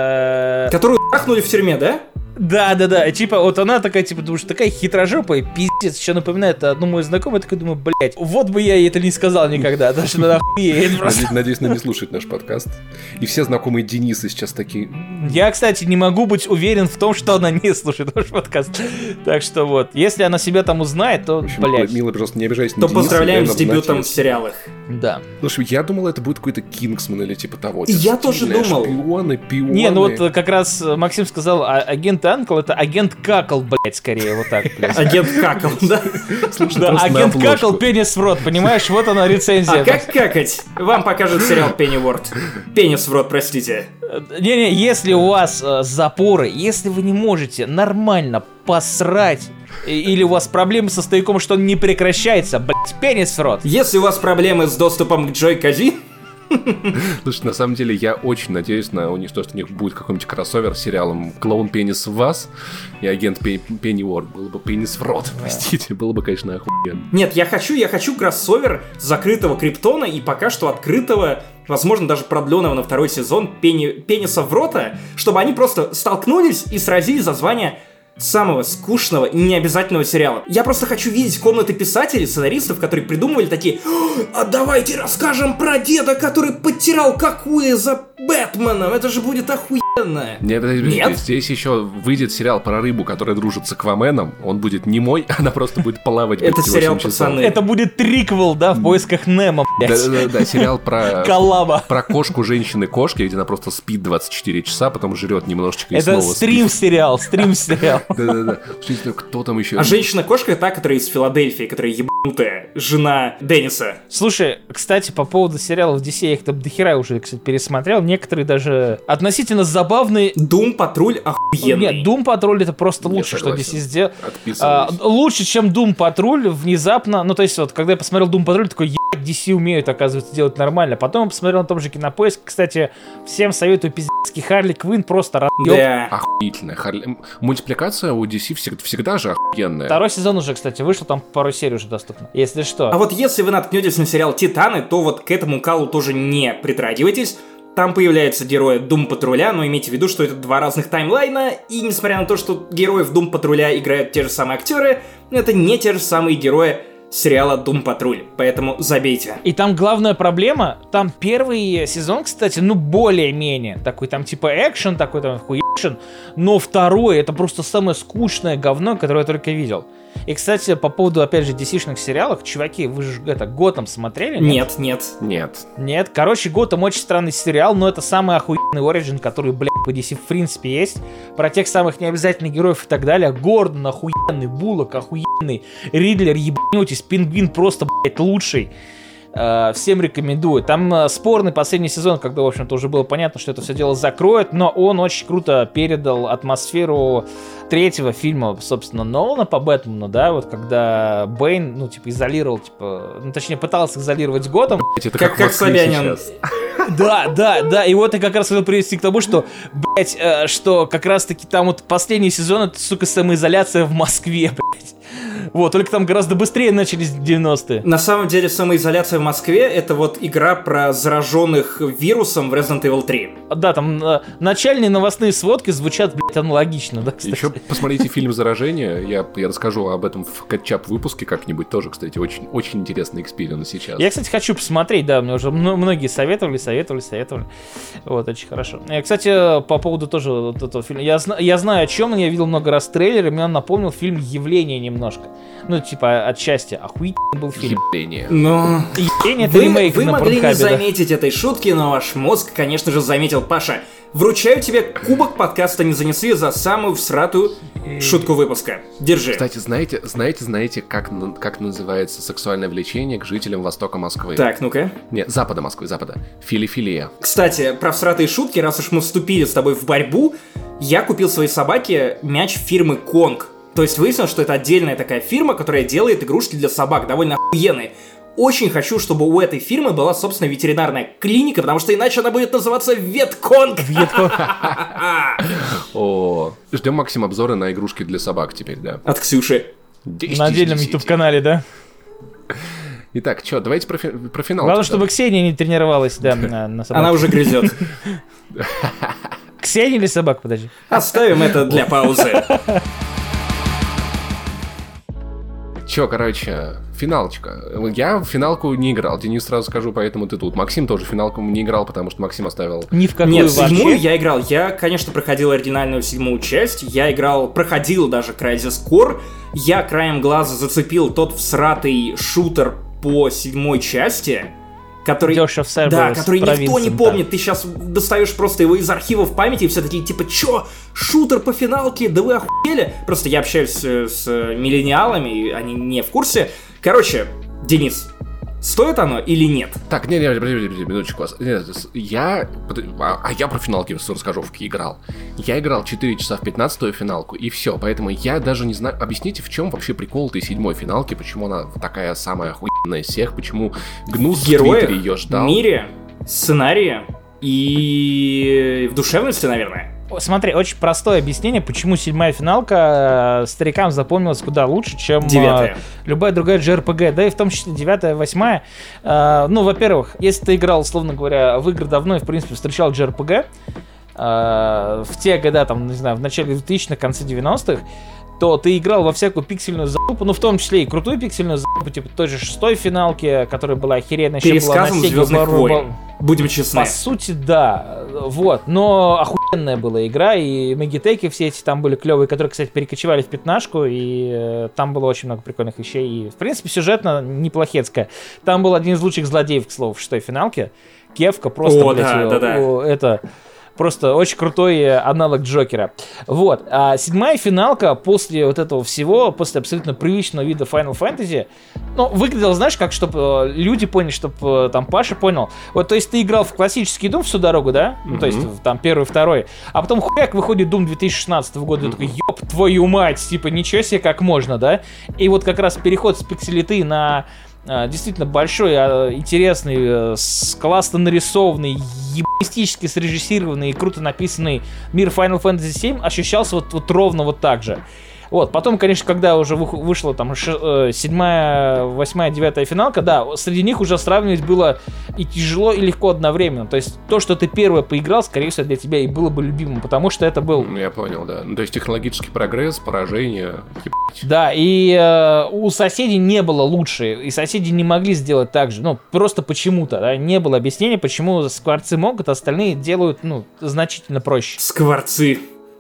Которую трахнули в тюрьме, да? Да, типа, вот она такая, типа, потому что такая хитрожопая, пиздец, еще напоминает одну мою знакомую, я такой думаю, блять, вот бы я ей это не сказал никогда, потому что она охуеет просто. Надеюсь, она не слушает наш подкаст. И все знакомые Денисы сейчас такие... Я, кстати, не могу быть уверен в том, что она не слушает наш подкаст. Так что вот, если она себя там узнает, то, блять. Мила, просто не обижайся на то Дениса. поздравляем с дебютом в сериалах. Да. Слушай, я думал, это будет какой-то Кингсман или типа того. Я тоже думал. Шпионы. Не, ну вот как раз Максим сказал, агент Анкл — это агент Какл, блять, скорее, вот так, блядь. Агент Какл, да? Да, агент Какл, пенис в рот, понимаешь, вот она рецензия. А как какать? Вам покажет сериал Пенниворт. Пенис в рот, простите. Не-не, если у вас запоры, если вы не можете нормально посрать, или у вас проблемы со стояком, что он не прекращается, блять, пенис в рот. Если у вас проблемы с доступом к Joy-Кози... Слушай, на самом деле, я очень надеюсь на что у них будет какой-нибудь кроссовер с сериалом «Клоун Пенис в вас» и агент Пенниворт. Было бы «Пенис в рот», простите, было бы, конечно, охуенно. Нет, я хочу кроссовер закрытого Криптона и пока что открытого, возможно, даже продленного на второй сезон Пениса в рота, чтобы они просто столкнулись и сразились за звание самого скучного и необязательного сериала. Я просто хочу видеть комнаты писателей, сценаристов, которые придумывали такие: а давайте расскажем про деда, который подтирал какую за Бэтменом, это же будет охуенно. Нет? Здесь еще выйдет сериал про рыбу, которая дружит с Акваменом, он будет немой, она просто будет плавать. Это сериал «Пацаны». Это будет триквел, да, в поисках Немо, блядь. Да, сериал про... Коллаба. Про кошку женщины-кошки, где она просто спит 24 часа, потом жрет немножечко и снова спит. Это стрим-сериал. Да. Кто там еще? А женщина-кошка та, которая из Филадельфии, которая ебанутая, жена Денниса. Слушай, кстати, по поводу сериалов DC, я их там дохера уже, кстати, пересмотрел. Некоторые даже относительно забавные. Doom Патруль охуенный. Нет, Doom Патруль это просто лучше, что DC сделал. Лучше, чем Doom Патруль, внезапно. Ну, то есть, вот, когда я посмотрел Doom Патруль, такой, ебать, DC умеют, оказывается, делать нормально. Потом я посмотрел на том же Кинопоиск. Кстати, всем советую, пиздецкий Харли Квинн просто разъёб. Да. Охуительная. Мультипликация у DC всегда же охуенная. Второй сезон уже, кстати, вышел, там пару серий уже доступно, если что. А вот если вы наткнетесь на сериал «Титаны», то вот к этому калу тоже не притрагивайтесь. Там появляются герои Doom Патруля, но имейте в виду, что это два разных таймлайна, и несмотря на то, что героев Doom Патруля играют те же самые актеры, это не те же самые герои сериала Doom Patrol, поэтому забейте. И там главная проблема, там первый сезон, кстати, более-менее такой, там типа экшен, такой там хуешен, но второй это просто самое скучное говно, которое я только видел. И, кстати, по поводу, опять же, DC-шных сериалов, чуваки, вы же Готэм смотрели? Нет. Короче, Готэм очень странный сериал, но это самый охуенный оригин, который, блядь, по DC в принципе есть. Про тех самых необязательных героев и так далее. Гордон охуенный, Буллок охуенный, Ридлер ебанетесь, Пингвин просто, блядь, лучший. Всем рекомендую. Там спорный последний сезон, когда, в общем-то, уже было понятно, что это все дело закроет, но он очень круто передал атмосферу третьего фильма, собственно, Нолана по Бэтмену, да, вот когда Бэйн, изолировал, точнее, пытался изолировать Готэм. Как Собянин. Да, и вот я как раз хотел привести к тому, что, блять, что как раз-таки там вот последний сезон, это, сука, самоизоляция в Москве, блять. Вот, только там гораздо быстрее начались 90-е. На самом деле, самоизоляция в Москве — это вот игра про зараженных вирусом в Resident Evil 3. Да, там начальные новостные сводки звучат, блядь, аналогично, да, кстати. Еще посмотрите фильм «Заражение», я расскажу об этом в кэтчап-выпуске как-нибудь, тоже, кстати, очень, очень интересный экспириенс сейчас. Я, кстати, хочу посмотреть, да, мне уже многие советовали. Вот, очень хорошо. Кстати, по поводу тоже вот этого фильма, я знаю, о чем он, я видел много раз трейлер, и мне он напомнил фильм «Явление» немножко. Отчасти. Охуительный был фильм. Явление. Но... Явление — это ремейк вы на могли Порнхабе, не заметить этой шутки, но ваш мозг, конечно же, заметил. Паша, вручаю тебе кубок подкаста «Не занесли» за самую всратую шутку выпуска. Держи. Кстати, знаете, как называется сексуальное влечение к жителям Востока Москвы? Так, ну-ка. Нет, Запада Москвы, Запада. Филифилия. Кстати, про всратые шутки, раз уж мы вступили с тобой в борьбу, я купил своей собаке мяч фирмы Конг. То есть выяснилось, что это отдельная такая фирма, которая делает игрушки для собак, довольно охуенные. Очень хочу, чтобы у этой фирмы была, собственно, ветеринарная клиника, потому что иначе она будет называться Ветконг. О, ждем, Максим, обзоры на игрушки для собак теперь, да? От Ксюши. На отдельном YouTube-канале, да? Итак, что, давайте про финал. Главное, чтобы Ксения не тренировалась, да, на собаке. Она уже грызет. Ксения или собака, подожди? Оставим это для паузы. Чё, короче, финалочка. Я в финалку не играл, Денис, сразу скажу, поэтому ты тут. Максим тоже в финалку не играл, потому что Максим оставил... Ни в какую. Нет, вообще. седьмую я играл. Я, конечно, проходил оригинальную седьмую часть. Проходил даже Crysis Core. Я краем глаза зацепил тот всратый шутер по седьмой части, который... Дешев Cerberus, да, который никто не помнит. Да. Ты сейчас достаешь просто его из архивов памяти, и все такие, типа, чё? Шутер по финалке? Да вы охуели? Просто я общаюсь с миллениалами, и они не в курсе. Короче, Денис, стоит оно или нет? Так, не, минуточку вас. Я про финалки расскажу, в какие играл. Я играл 4 часа в 15-ю финалку, и все. Поэтому я даже не знаю... Объясните, в чем вообще прикол этой седьмой финалки, почему она такая самая охуенная из всех, почему Гнус в Твиттере ее ждал. В мире, сценарии и в душевности, наверное. Смотри, очень простое объяснение, почему седьмая финалка старикам запомнилась куда лучше, чем любая другая JRPG, да и в том числе 9-я, 8-я. Во-первых, если ты играл, условно говоря, в игры давно и, в принципе, встречал JRPG, в те года, там, не знаю, в начале 2000-х, конце 90-х, то ты играл во всякую пиксельную залупу, в том числе и крутую пиксельную залупу, типа той же 6-й финалки, которая была охеренная, еще была на Сеге. Звездных войн. Будем честны. По сути, да. Вот. Но охуенная была игра, и Магитеки все эти там были клевые, которые, кстати, перекочевали в 15-ку, и там было очень много прикольных вещей. И, в принципе, сюжетно неплохецкая. Там был один из лучших злодеев, к слову, в 6-й финалке. Кефка, просто, это... Просто очень крутой аналог Джокера. Вот. А седьмая финалка после вот этого всего, после абсолютно привычного вида Final Fantasy, выглядела, знаешь, как, чтобы люди поняли, чтобы там Паша понял. Вот, то есть ты играл в классический Doom всю дорогу, да? То есть там первый, второй. А потом хуяк выходит Doom 2016 года, и такой, ёб твою мать, типа, ничего себе, как можно, да? И вот как раз переход с пикселиты на... действительно большой, интересный, классно нарисованный, ебанистически срежиссированный и круто написанный мир Final Fantasy VII ощущался вот ровно вот так же. Вот, потом, конечно, когда уже вышла там 7-я, 8-я, 9-я финалка, да, среди них уже сравнивать было и тяжело, и легко одновременно. То есть то, что ты первое поиграл, скорее всего, для тебя и было бы любимым, потому что это был... Я понял, да. То есть технологический прогресс, поражение, Да, и у соседей не было лучше, и соседи не могли сделать так же, ну, просто почему-то, да, не было объяснения, почему скворцы могут, а остальные делают, ну, значительно проще. Скворцы.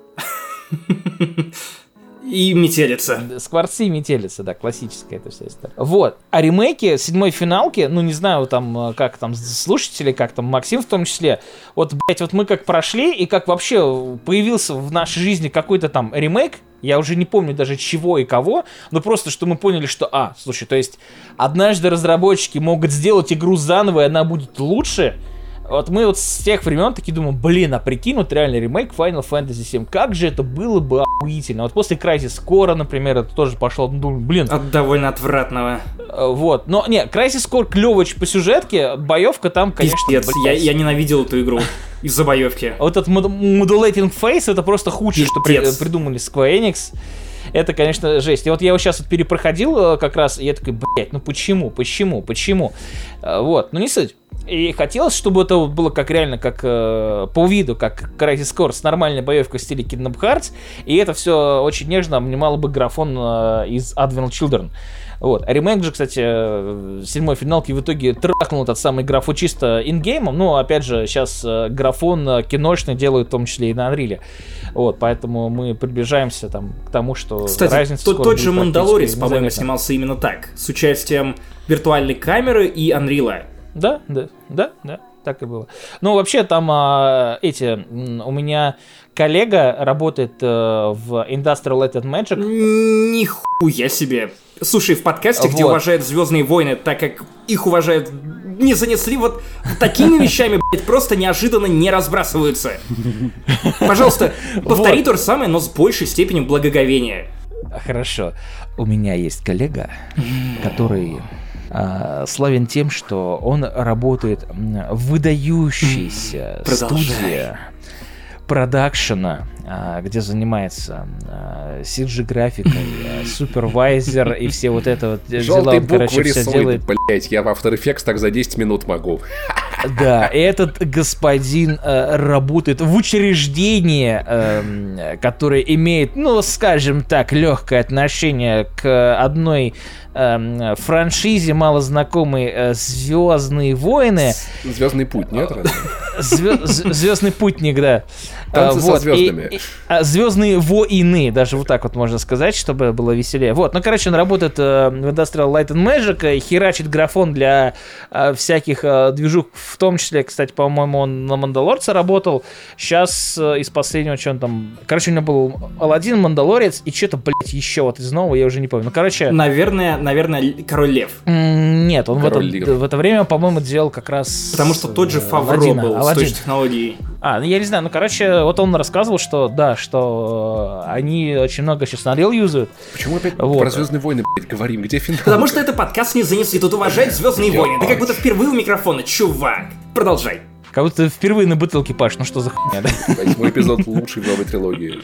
И метелица. Скворцы и метелица, да, классическая эта вся история. Вот. А ремейки 7-й финалки, ну, не знаю, там, как там слушатели, как там Максим в том числе, вот, блять, вот мы как прошли, и как вообще появился в нашей жизни какой-то там ремейк, я уже не помню даже чего и кого, но просто, что мы поняли, что, слушай, то есть, однажды разработчики могут сделать игру заново, и она будет лучше. Вот мы вот с тех времен такие думаем, блин, а прикинь, вот реально ремейк Final Fantasy 7, как же это было бы охуительно. Вот после Crysis Core, например, это тоже пошло, думаю, блин. От довольно отвратного. Вот, но не, Crysis Core клёвыч по сюжетке, боевка там, конечно, пиздец, я ненавидел эту игру из-за боевки. Вот этот Modulating Face, это просто худшее, что придумали Square Enix. Это, конечно, жесть. И вот я его сейчас вот перепроходил как раз, и я такой, блять, ну почему? Вот, ну не суть. И хотелось, чтобы это было как реально, как по виду, как Crysis Core с нормальной боевкой в стиле Kingdom Hearts, и это все очень нежно обнимало бы графон из Advent Children. Вот. А ремейк же, кстати, 7-й финалки в итоге трахнул этот самый графон чисто ингеймом, но, опять же, сейчас графон киношный делают в том числе и на Unreal. Вот, поэтому мы приближаемся там, к тому, что кстати, разница скоро тот же будет Мандалорец, по-моему, незаметна. снимался именно так, с участием виртуальной камеры и Unreal. Да, так и было. Ну, вообще, там у меня коллега работает в Industrial Light and Magic. Нихуя себе. Слушай, в подкасте, где уважают «Звездные войны», так как их уважают, не занесли вот такими вещами, блядь, просто неожиданно не разбрасываются. Пожалуйста, повтори то же самое, но с большей степенью благоговения. Хорошо. У меня есть коллега, который... славен тем, что он работает в выдающейся студии продакшена, где занимается CG-графикой, супервайзер и все вот это вот дела. Желтые буквы короче, рисует, блять, я в After Effects так за 10 минут могу. Да, этот господин работает в учреждении, которое имеет, ну, скажем так, легкое отношение к одной франшизе малознакомой «Звездные войны». «Звездный путь», нет? «Звездный путник», да. Танцы со звездами. «Звездные войны», даже вот так вот можно сказать, чтобы было веселее. Вот, ну, короче, он работает в Industrial Light and Magic, херачит графон для всяких движух, в том числе, кстати, по-моему, он на «Мандалорце» работал. Сейчас из последнего, что он там... Короче, у него был «Аладдин», «Мандалорец» и что-то, блядь, еще вот из нового, я уже не помню. Ну, короче... Наверное, «Король Лев». Нет, он в это время, по-моему, делал как раз... Потому что тот же Фавро был с той же технологией. Я не знаю, ну, короче, вот он рассказывал, что, да, что они очень много сейчас Unreal юзают. Почему опять про «Звездные войны», блядь, говорим? Где финал? Потому что это подкаст не занесли, тут уважать «Звездные войны». Ты как будто впервые у микрофона, чувак. Продолжай. Как будто впервые на бутылке, Паш, ну что за хуйня, да? 8-й эпизод лучший в новой трилогии.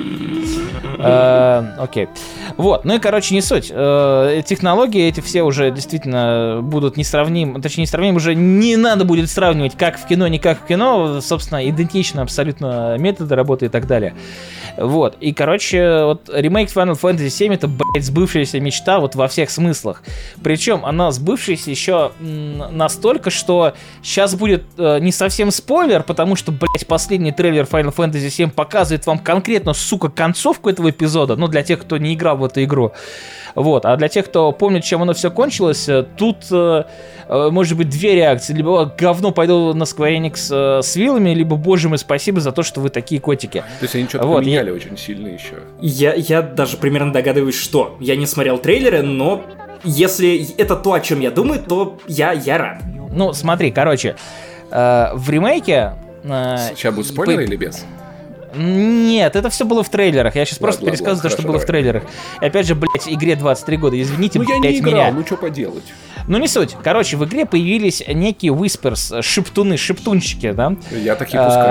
Окей. Вот, ну и, короче, не суть. Технологии эти все уже действительно будут несравнимы, точнее, несравнимы, уже не надо будет сравнивать как в кино, не как в кино. Собственно, идентично абсолютно методы работы и так далее. Вот, и, короче, вот ремейк Final Fantasy 7 это, блядь, сбывшаяся мечта вот во всех смыслах. Причем она сбывшаяся еще настолько, что сейчас будет не совсем спойлер, потому что, блядь, последний трейлер Final Fantasy 7 показывает вам конкретно, сука, концовку этого эпизода, ну, для тех, кто не играл в эту игру. Вот, а для тех, кто помнит, чем оно все кончилось, тут может быть две реакции. Либо говно пойду на Square Enix с вилами, либо, боже мой, спасибо за то, что вы такие котики. То есть они что-то поменяли очень сильно еще. Я даже примерно догадываюсь, что. Я не смотрел трейлеры, но если это то, о чем я думаю, то я рад. Ну, смотри, короче, в ремейке... Сейчас будут спойлеры или без? Нет, это все было в трейлерах. Я сейчас просто пересказываю то, что было в трейлерах. И опять же, блядь, игре 23 года. Извините, блядь, меня. Ну я не играл, ну что поделать? Ну не суть. Короче, в игре появились некие whispers, шептуны, шептунчики, да? Я такие пускаю.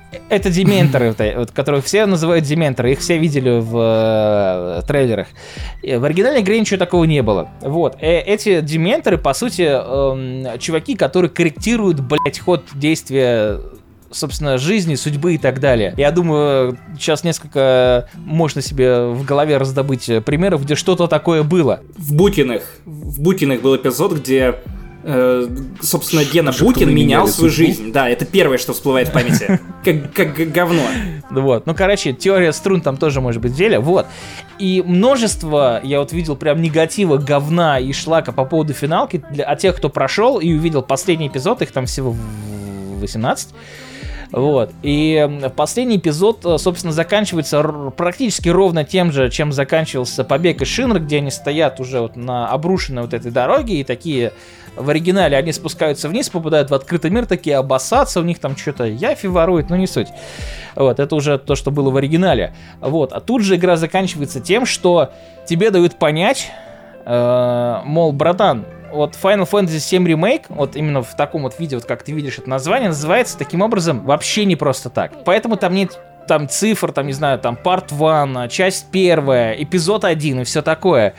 Это дементоры, вот, которых все называют дементоры, их все видели в трейлерах. В оригинальной игре ничего такого не было. Вот. Эти дементоры, по сути, чуваки, которые корректируют, блять, ход действия, собственно, жизни, судьбы и так далее. Я думаю, сейчас несколько можно себе в голове раздобыть примеров, где что-то такое было. В Букиных был эпизод, где... собственно, Гена Букин менял свою жизнь. Да, это первое, что всплывает в памяти. Как говно. Вот. Ну, короче, теория струн там тоже может быть в деле. Вот. И множество, я вот видел прям негатива, говна и шлака по поводу финалки от тех, кто прошел и увидел последний эпизод, их там всего 18. Вот. И последний эпизод, собственно, заканчивается практически ровно тем же, чем заканчивался «Побег из Шинры», где они стоят уже вот на обрушенной вот этой дороге, и такие в оригинале они спускаются вниз, попадают в открытый мир, такие обоссаться, у них там что-то яфи воруют, но не суть. Вот, это уже то, что было в оригинале. Вот. А тут же игра заканчивается тем, что тебе дают понять, мол, братан, вот Final Fantasy VII Remake, вот именно в таком вот виде, вот как ты видишь это название, называется таким образом вообще не просто так. Поэтому там нет там цифр, там, не знаю, там Part 1, часть 1, эпизод 1 и все такое.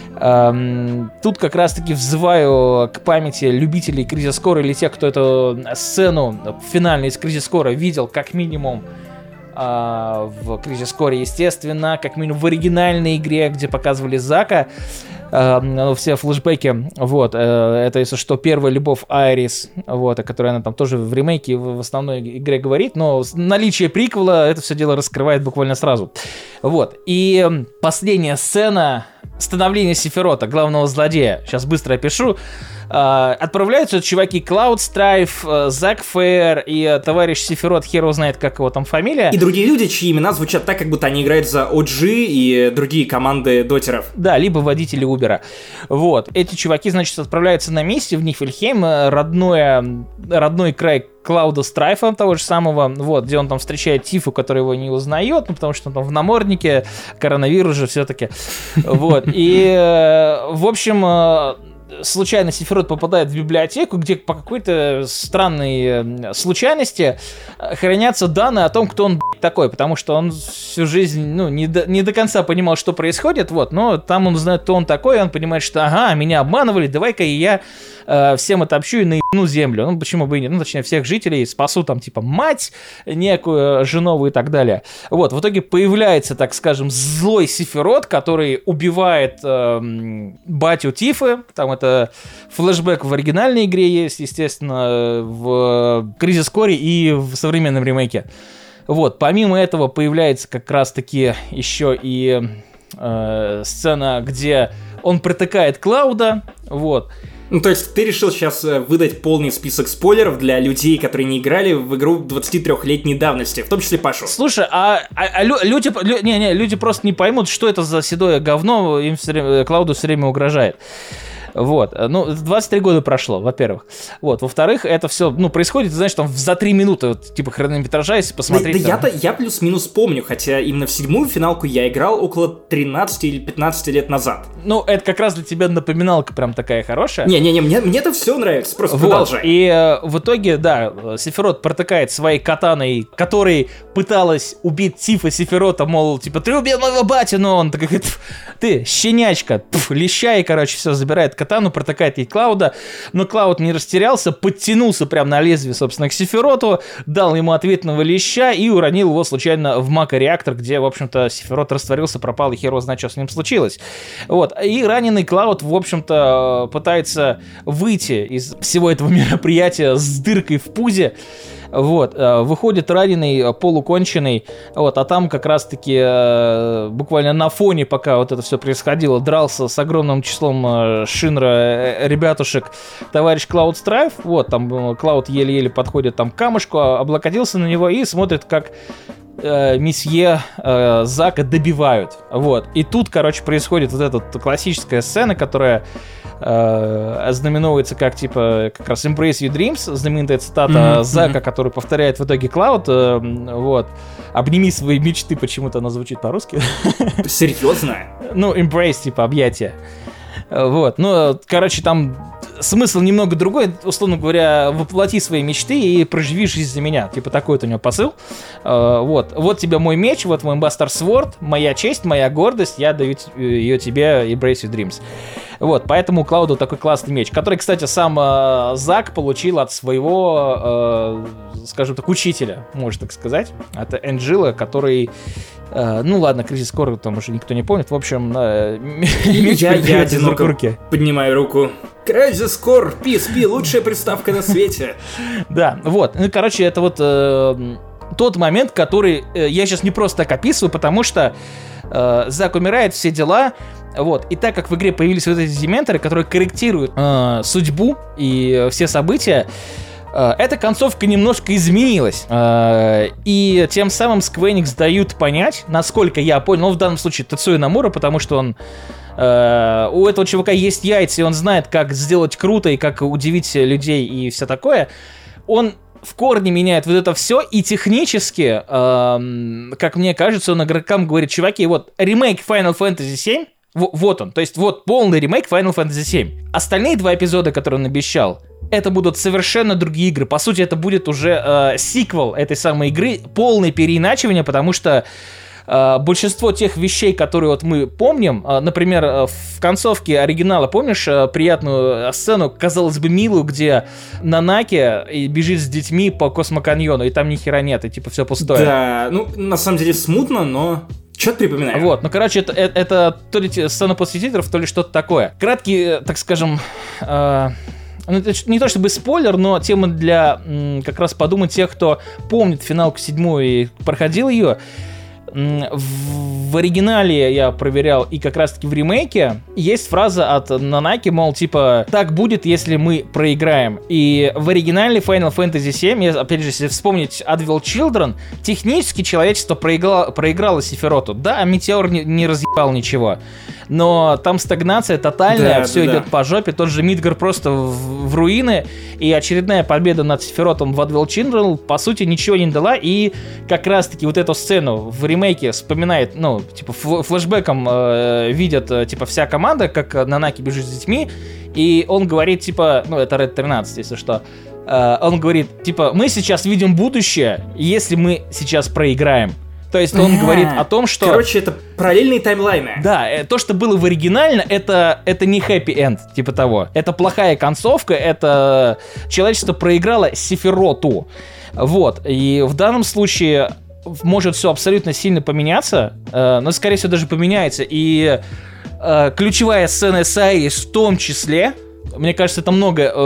Тут как раз-таки взываю к памяти любителей Crisis Core или тех, кто эту сцену финальную из Crisis Core видел как минимум в Crisis Core, естественно, как минимум в оригинальной игре, где показывали Зака. Все флешбеки, вот, это, если что, первая любовь Айрис, вот, о которой она там тоже в ремейке в основной игре говорит, но наличие приквела это все дело раскрывает буквально сразу. Вот, и последняя сцена становления Сефирота, главного злодея, сейчас быстро опишу. Отправляются чуваки Cloud Strife, Зак Фейер и товарищ Сефирот, хер его знает, как его там фамилия. И другие люди, чьи имена звучат так, как будто они играют за OG и другие команды дотеров. Да, либо водители Убера. Вот. Эти чуваки, значит, отправляются на миссию в Нифельхейм, родной край Клауда Страйфа, того же самого, вот, где он там встречает Тифу, который его не узнает, ну, потому что он там в наморднике, коронавирус же все-таки. Вот. И, в общем... случайно Сефирот попадает в библиотеку, где по какой-то странной случайности хранятся данные о том, кто он такой, потому что он всю жизнь, ну, не до конца понимал, что происходит, вот, но там он узнает, кто он такой, и он понимает, что, ага, меня обманывали, давай-ка и я всем отомщу и наебну землю, ну, почему бы и нет, ну, точнее, всех жителей спасу, там, типа, мать некую, женову и так далее. Вот, в итоге появляется, так скажем, злой Сефирот, который убивает батю Тифы, там, это флешбэк в оригинальной игре есть, естественно, в Crisis Core и в современном ремейке. Вот, помимо этого появляется как раз-таки еще и сцена, где он протыкает Клауда, вот. Ну, то есть ты решил сейчас выдать полный список спойлеров для людей, которые не играли в игру 23-летней давности, в том числе Пашу. Слушай, люди просто не поймут, что это за седое говно им Клауду все время угрожает. Вот, ну, 23 года прошло, во-первых. Вот, во-вторых, это все, ну, происходит, знаешь, там за 3 минуты, вот, типа, хронометража, если посмотреть. Да я плюс-минус помню, хотя именно в 7-ю финалку я играл около 13 или 15 лет назад. Ну, это как раз для тебя напоминалка прям такая хорошая. Не-не-не, мне это все нравится, просто вот. Продолжай. И в итоге, да, Сефирот протыкает своей катаной, которой пыталась убить Тифа Сефирота, мол, типа, ты убил моего батю, но он такой, ты, щенячка, лещай, короче, все, забирает катану, протыкает ей Клауда, но Клауд не растерялся, подтянулся прямо на лезвие, собственно, к Сефироту, дал ему ответного леща и уронил его случайно в макро-реактор, где, в общем-то, Сефирот растворился, пропал, и хер его знает, что с ним случилось. Вот, и раненый Клауд, в общем-то, пытается выйти из всего этого мероприятия с дыркой в пузе. Вот, выходит раненый, полуконченый, вот, а там как раз-таки буквально на фоне, пока вот это все происходило, дрался с огромным числом Шинра ребятушек товарищ Cloud Strife, вот, там Клауд еле-еле подходит там к камушку, облокотился на него и смотрит, как месье Зака добивают, вот, и тут, короче, происходит вот эта классическая сцена, которая знаменуется как, типа, как раз Embrace Your Dreams, знаменитая цитата Зака, который повторяет в итоге Клауд, вот, обними свои мечты, почему-то она звучит по-русски. Серьезно? Ну, Embrace, типа, объятия. Вот, ну, короче, там смысл немного другой, условно говоря, воплоти свои мечты и проживи жизнь за меня. Типа такой вот у него посыл. Вот тебе мой меч, вот мой Bastard Sword, моя честь, моя гордость, я даю ее тебе, Embrace Your Dreams. Вот, поэтому у Клауда такой классный меч, который, кстати, сам Зак получил от своего, скажем так, учителя, можно так сказать. Это Энджила, который... ну ладно, Кризис Кор там уже никто не помнит. В общем, я одиноко поднимаю руку. Кризис Кор, PSP, лучшая приставка на свете. Да, вот. Ну, короче, это вот тот момент, который я сейчас не просто так описываю, потому что Зак умирает, все дела. Вот. И так как в игре появились вот эти дементоры, которые корректируют судьбу и все события, эта концовка немножко изменилась. И тем самым Square Enix дают понять, насколько я понял, ну в данном случае Тецуя Номура, потому что он у этого чувака есть яйца, и он знает, как сделать круто и как удивить людей и все такое. Он в корне меняет вот это все, и технически, как мне кажется, он игрокам говорит: чуваки, вот ремейк Final Fantasy VII, вот он, то есть вот полный ремейк Final Fantasy VII. Остальные 2 эпизода, которые он обещал, это будут совершенно другие игры. По сути, это будет уже сиквел этой самой игры, полное переиначивание, потому что большинство тех вещей, которые вот мы помним, например, в концовке оригинала, помнишь приятную сцену, казалось бы, милую, где Нанаки бежит с детьми по Космоканьону, и там ни хера нет, и типа все пустое. Да, ну, на самом деле смутно, но... Что-то припоминаю. Вот, ну, короче, это то ли сцена после титров, то ли что-то такое. Краткий, так скажем... не то чтобы спойлер, но тема для как раз подумать тех, кто помнит финалку 7 и проходил ее. В оригинале я проверял, и как раз таки в ремейке есть фраза от Нанаки, мол, типа, так будет, если мы проиграем. И в оригинале Final Fantasy VII, опять же, если вспомнить Advil Children, технически человечество проиграло Сефироту. Да, Метеор не разъебал ничего, но там стагнация тотальная, все идет по жопе, тот же Мидгар просто в руины, и очередная победа над Сефиротом в Advil Children, по сути, ничего не дала, и как раз таки вот эту сцену в ремейке вспоминает, ну, типа, флешбеком видят, типа, вся команда, как Нанаки бежит с детьми, и он говорит, типа, ну, это Red 13, если что, он говорит, типа, мы сейчас видим будущее, если мы сейчас проиграем. То есть он говорит о том, что... Короче, это параллельные таймлайны. Да, то, что было в оригинально, это не хэппи-энд, типа того. Это плохая концовка, это человечество проиграло Сефироту. Вот, и в данном случае может все абсолютно сильно поменяться, но, скорее всего, даже поменяется. И ключевая сцена Саи в том числе... Мне кажется, это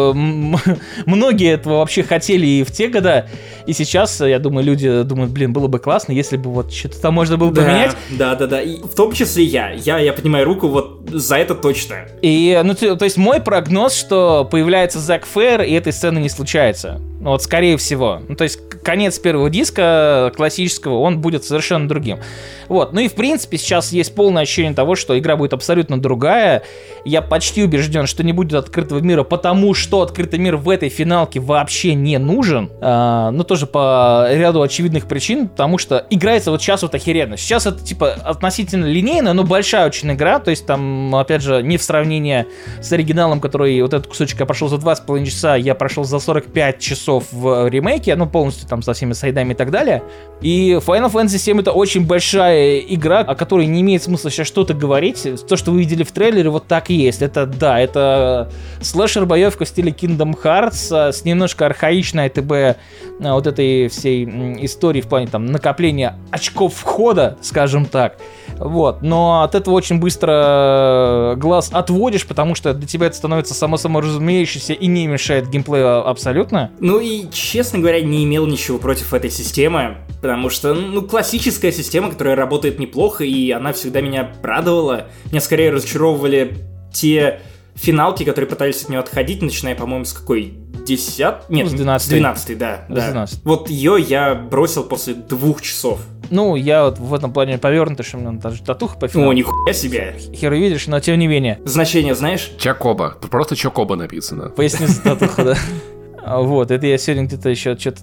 многие этого вообще хотели и в те года, и сейчас, я думаю, люди думают, блин, было бы классно, если бы вот что-то там можно было поменять. Да, и в том числе я поднимаю руку вот за это точно. И, ну, то есть мой прогноз, что появляется Зак Фэр, и этой сцены не случается. Ну, вот, скорее всего. Ну, то есть конец первого диска классического, он будет совершенно другим. Вот, ну и в принципе сейчас есть полное ощущение того, что игра будет абсолютно другая. Я почти убежден, что не будет открытого мира, потому что открытый мир в этой финалке вообще не нужен. Но тоже по ряду очевидных причин, потому что играется вот сейчас вот охеренно. Сейчас это типа относительно линейная, но большая очень игра, то есть там, опять же, не в сравнении с оригиналом, который вот этот кусочек я прошел за 2,5 часа, я прошел за 45 часов в ремейке, ну полностью там со всеми сайдами и так далее. И Final Fantasy VII это очень большая игра, о которой не имеет смысла сейчас что-то говорить. То, что вы видели в трейлере, вот так и есть. Это, да, это слэшер-боевка в стиле Kingdom Hearts с немножко архаичной АТБ вот этой всей истории в плане там накопления очков входа, скажем так. Вот. Но от этого очень быстро глаз отводишь, потому что для тебя это становится само собой разумеющееся и не мешает геймплею абсолютно. Ну и, честно говоря, не имел ничего против этой системы, потому что, ну, классическая система, которая работает неплохо, и она всегда меня радовала. Меня скорее разочаровывали те финалки, которые пытались от нее отходить, начиная, по-моему, с какой? 10? Нет, 12, да. 12. Вот ее я бросил после 2 часов. Ну, я вот в этом плане повернутый, что мне даже татуха по финалу. О, нихуя себе. Хер видишь, но тем не менее. Значение знаешь? Чакоба. Просто Чакоба написано. Поясница татуха, да. Вот, это я сегодня где-то еще что-то тоже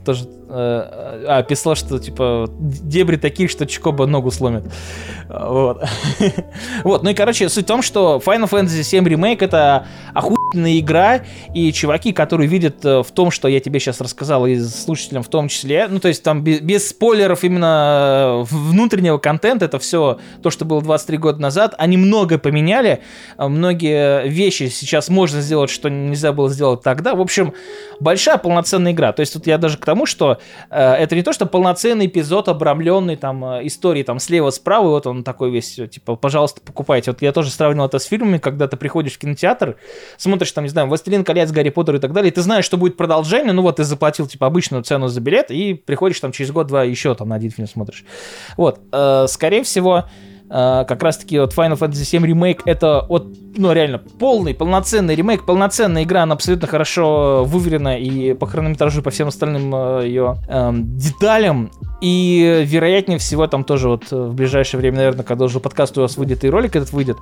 писал, что, типа, дебри такие, что Чикоба ногу сломит. Вот. Вот, ну и, короче, суть в том, что Final Fantasy VII Remake — это охуенная игра, и чуваки, которые видят в том, что я тебе сейчас рассказал, и слушателям в том числе, ну, то есть там без спойлеров именно внутреннего контента, это все то, что было 23 года назад, они многое поменяли, многие вещи сейчас можно сделать, что нельзя было сделать тогда. В общем, большая полноценная игра. То есть тут я даже к тому, что это не то, что полноценный эпизод, обрамленный там историей там слева-справа, вот он такой весь, типа, пожалуйста, покупайте. Вот я тоже сравнивал это с фильмами, когда ты приходишь в кинотеатр, смотришь там, не знаю, «Властелин колец», «Гарри Поттер» и так далее, и ты знаешь, что будет продолжение, ну вот ты заплатил, типа, обычную цену за билет, и приходишь там через год-два еще там на один фильм смотришь. Вот, скорее всего, как раз-таки вот Final Fantasy VII Remake — это вот, ну, реально полный, полноценный ремейк, полноценная игра, она абсолютно хорошо выверена и по хронометражу, и по всем остальным ее деталям. И, вероятнее всего, там тоже вот в ближайшее время, наверное, когда уже подкаст у вас выйдет и ролик этот выйдет,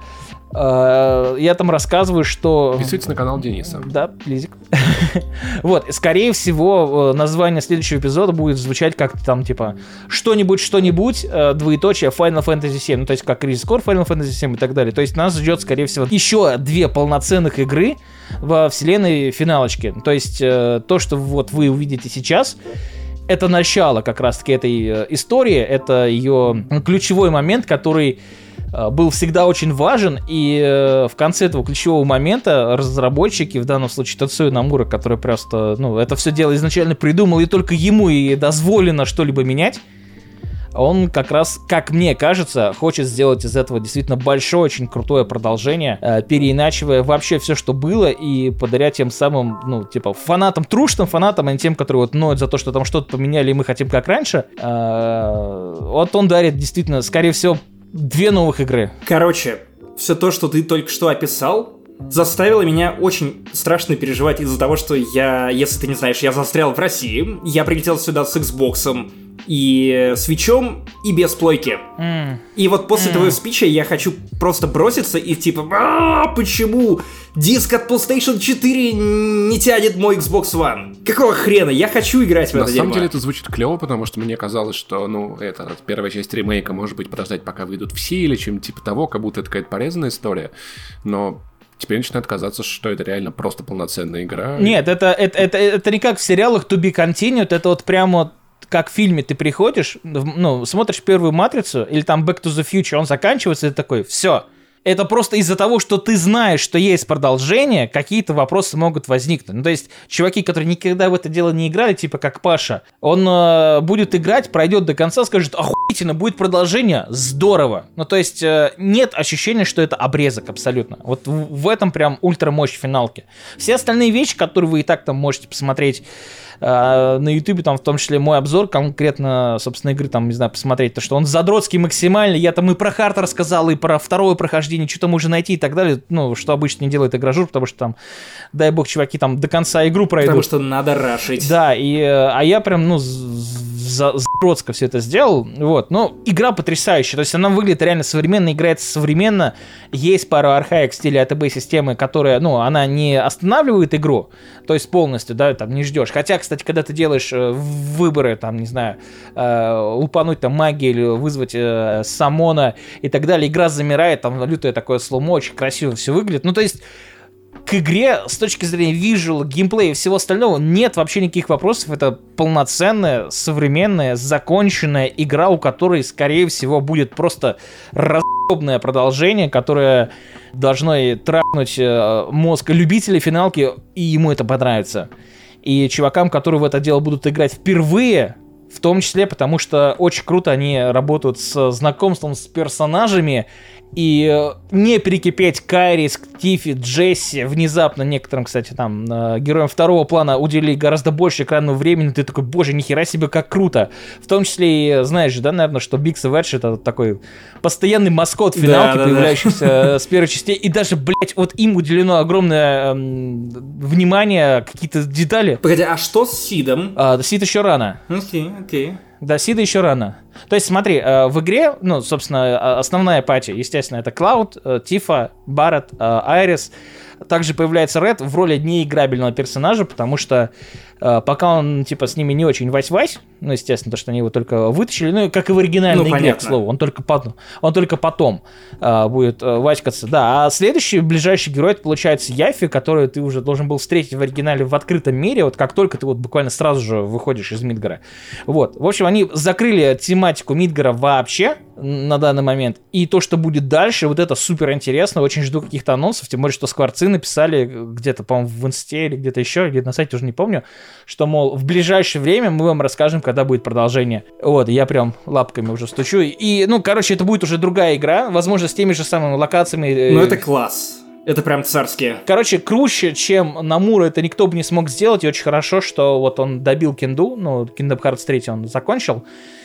я там рассказываю, что... Подписывайтесь на канал Дениса. Да, Лизик. Вот, скорее всего, название следующего эпизода будет звучать как-то там, типа, что-нибудь, двоеточие, Final Fantasy VII, ну, то есть как Crisis Core, Final Fantasy VII и так далее. То есть нас ждет, скорее всего, еще 2 полноценных игры во вселенной финалочки. То есть то, что вот вы увидите сейчас, это начало как раз-таки этой истории, это ее ключевой момент, который был всегда очень важен, и в конце этого ключевого момента разработчики, в данном случае Тацуя Номура, который просто, ну, это все дело изначально придумал, и только ему и дозволено что-либо менять, он как раз, как мне кажется, хочет сделать из этого действительно большое, очень крутое продолжение, переиначивая вообще все, что было, и подаря тем самым, ну, типа, фанатам, трушным фанатам, а не тем, которые вот ноют за то, что там что-то поменяли, и мы хотим как раньше. Вот он дарит действительно, скорее всего, 2 новых игры. Короче, все то, что ты только что описал, заставило меня очень страшно переживать из-за того, что я, если ты не знаешь, я застрял в России, я прилетел сюда с Xbox'ом и свитчом, и без плойки. И вот после твоего спича я хочу просто броситься и типа, почему диск от PlayStation 4 не тянет мой Xbox One? Какого хрена? Я хочу играть в это дерьмо. На самом деле это звучит клево, потому что мне казалось, что, ну, это первая часть ремейка, может быть, подождать, пока выйдут все или чем-то типа того, как будто это какая-то порезанная история. Но теперь начинает казаться, что это реально просто полноценная игра. Нет, это не как в сериалах To Be Continued, это вот прямо как в фильме ты приходишь, ну, смотришь первую «Матрицу» или там Back to the Future, он заканчивается, и ты такой, все. Это просто из-за того, что ты знаешь, что есть продолжение, какие-то вопросы могут возникнуть. Ну, то есть, чуваки, которые никогда в это дело не играли, типа как Паша, он будет играть, пройдет до конца, скажет, охуительно, будет продолжение, здорово. Ну, то есть, нет ощущения, что это обрезок абсолютно. Вот в этом прям ультрамощь финалки. Все остальные вещи, которые вы и так там можете посмотреть на Ютубе, там в том числе мой обзор конкретно, собственно, игры, там, не знаю, посмотреть, то, что он задротский максимально, я там и про хард рассказал, и про второе прохождение, что-то можно найти и так далее, ну, что обычно не делает игражур, потому что там, дай бог, чуваки там до конца игру пройдут. Потому что надо рашить. Да, а я прям, ну, задротско все это сделал, вот, но игра потрясающая, то есть она выглядит реально современно, играется современно, есть пара архаик в стиле АТБ-системы, которая, ну, она не останавливает игру, то есть полностью, да, там не ждешь, хотя, кстати, когда ты делаешь выборы, там, не знаю, лупануть там магию или вызвать саммона и так далее, игра замирает, там лютое такое слоумо, очень красиво все выглядит, ну, то есть к игре с точки зрения визуала, геймплея и всего остального нет вообще никаких вопросов. Это полноценная, современная, законченная игра, у которой, скорее всего, будет просто разъебное продолжение, которое должно и трахнуть мозг любителей финалки, и ему это понравится. И чувакам, которые в это дело будут играть впервые, в том числе, потому что очень круто они работают с знакомством с персонажами, и не перекипеть Кайри, Тифи, Джесси внезапно некоторым, кстати, там, героям второго плана уделили гораздо больше экранного времени, ты такой, боже, нихера себе, как круто. В том числе и, знаешь же, да, наверное, что Биг Сэвэдж — это такой постоянный маскот финалки, появляющийся с первой части, и даже, блять, вот им уделено огромное внимание, какие-то детали. Погоди, а что с Сидом? Сид еще рано. Окей. До сида еще рано. То есть, смотри, в игре, ну, собственно, основная пати, естественно, это Клауд, Тифа, Барретт, Айрис. Также появляется Ред в роли неиграбельного персонажа, потому что пока он, типа, с ними не очень вась-вась, ну, естественно, то, что они его только вытащили, ну, как и в оригинальной игре, к слову, он только потом будет васькаться, да. А следующий, ближайший герой, это, получается, Яффи, который ты уже должен был встретить в оригинале в открытом мире, вот как только ты вот буквально сразу же выходишь из Мидгара. Вот. В общем, они закрыли тематику Мидгара вообще на данный момент, и то, что будет дальше, вот это супер интересно, очень жду каких-то анонсов, тем более, что Скворцы написали где-то, по-моему, в инсте или где-то еще, где-то на сайте, уже не помню, что, мол, в ближайшее время мы вам расскажем, когда будет продолжение. Вот, я прям лапками уже стучу. И, ну, короче, это будет уже другая игра, возможно, с теми же самыми локациями. Ну, это класс. Это прям царские. Короче, круче, чем Намура, это никто бы не смог сделать, и очень хорошо, что вот он добил Кинду, ну, Kingdom Hearts 3 он закончил,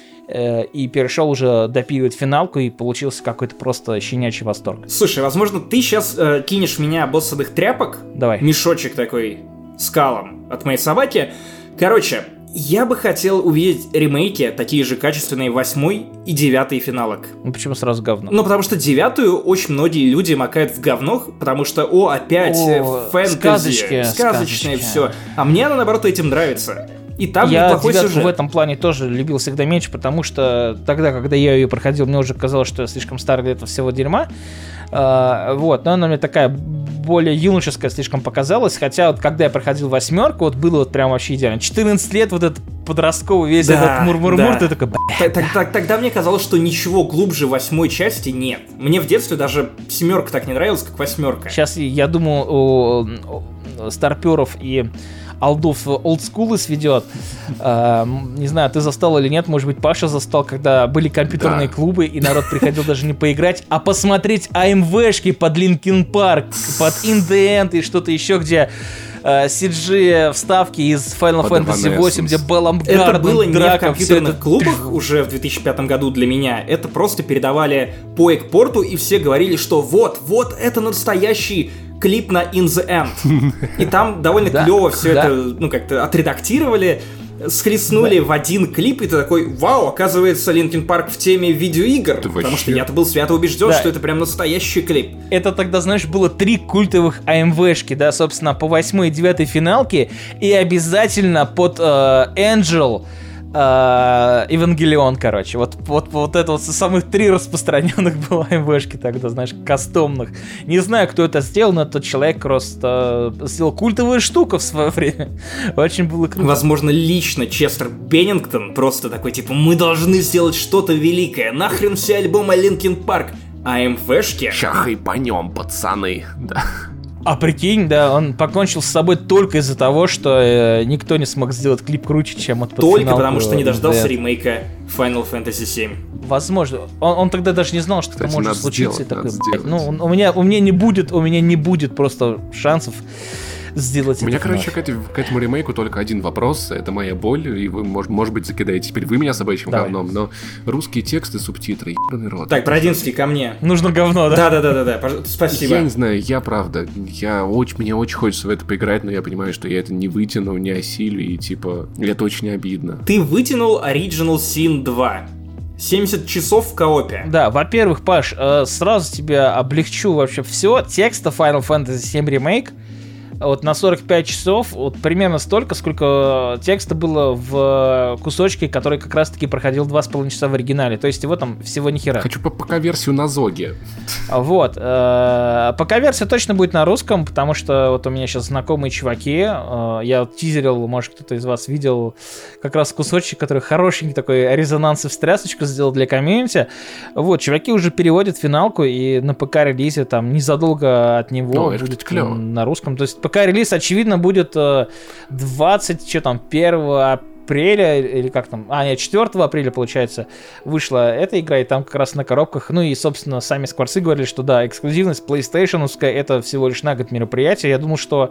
и перешел уже допиливать финалку, и получился какой-то просто щенячий восторг. Слушай, возможно, ты сейчас кинешь меня боссовых тряпок? Давай. Мешочек такой с калом от моей собаки. Короче, я бы хотел увидеть ремейки, такие же качественные 8 и 9 финалок. Ну почему сразу говно? Ну потому что 9-ю очень многие люди макают в говно, потому что, опять фэнтези, сказочное все. А мне она, наоборот, этим нравится. И там неплохой сюжет. Я в этом плане тоже любил всегда меньше, потому что тогда, когда я ее проходил, мне уже казалось, что я слишком старый для этого всего дерьма. Вот, но она мне такая более юношеская слишком показалась, хотя вот когда я проходил 8, вот было вот прям вообще идеально. 14 лет, вот этот подростковый весь этот мур-мур-мур, ты такой... Тогда мне казалось, что ничего глубже 8 части нет. Мне в детстве даже 7 так не нравилась, как 8. Сейчас, я думаю, у старперов и олдов олдскулы сведет. Не знаю, ты застал или нет, может быть, Паша застал, когда были компьютерные клубы, и народ приходил даже не поиграть, а посмотреть АМВшки под Linkin Park, под In The End и что-то еще, где CG вставки из Final Fantasy 8, где Баламгарден, это было не в компьютерных клубах уже в 2005 году для меня, это просто передавали по экпорту, и все говорили, что вот это настоящий клип на In The End. И там довольно клево все это, ну, как-то отредактировали, схлестнули в один клип, и ты такой, вау, оказывается, Linkin Park в теме видеоигр. Потому что я-то был свято убежден, что это прям настоящий клип. Это тогда, знаешь, было 3 культовых АМВшки, да, собственно, по 8 и 9 финалке, и обязательно под Angel, Евангелион, короче. Вот это вот самых 3 распространенных было АМВшки тогда, знаешь, кастомных. Не знаю, кто это сделал, но тот человек просто сделал культовую штуку в свое время. Очень было круто. Возможно, лично Честер Беннингтон просто такой, типа, мы должны сделать что-то великое. Нахрен все альбомы Linkin Park. АМВшки? Ща хайпанем, пацаны. Да. А прикинь, да, он покончил с собой только из-за того, что никто не смог сделать клип круче, чем вот только потому, что не дождался ремейка Final Fantasy 7. Возможно. Он тогда даже не знал, что это может случиться. Сделать, ну, у меня не будет просто шансов сделать это. У меня, короче, к этому ремейку только один вопрос. Это моя боль, и вы, может быть, закидаете теперь вы меня собачьим говном, но русские тексты, субтитры, ебаный рот. Так, Бродинский, ко мне. Нужно говно, да? Да, спасибо. Я не знаю, правда, мне очень хочется в это поиграть, но я понимаю, что я это не вытяну, не осилю, и типа, это очень обидно. Ты вытянул Original Sin 2. 70 часов в коопе. Да, во-первых, Паш, сразу тебя облегчу вообще все. Текста Final Fantasy 7 Remake вот на 45 часов, вот примерно столько, сколько текста было в кусочке, который как раз-таки проходил 2,5 часа в оригинале. То есть его там всего ни хера. Хочу ПК-версию на Зоге. Вот. ПК-версия точно будет на русском, потому что вот у меня сейчас знакомые чуваки, я тизерил, может кто-то из вас видел, как раз кусочек, который хорошенький такой резонанс и встрясочку сделал для комьюнити. Вот, чуваки уже переводят финалку, и на ПК-релизе там незадолго от него будет на русском. То есть ПК-релиз, очевидно, будет 1 апреля, или как там, 4 апреля, получается, вышла эта игра, и там как раз на коробках, ну и, собственно, сами Скворцы говорили, что да, эксклюзивность PlayStation-овская, это всего лишь на год мероприятие. Я думаю, что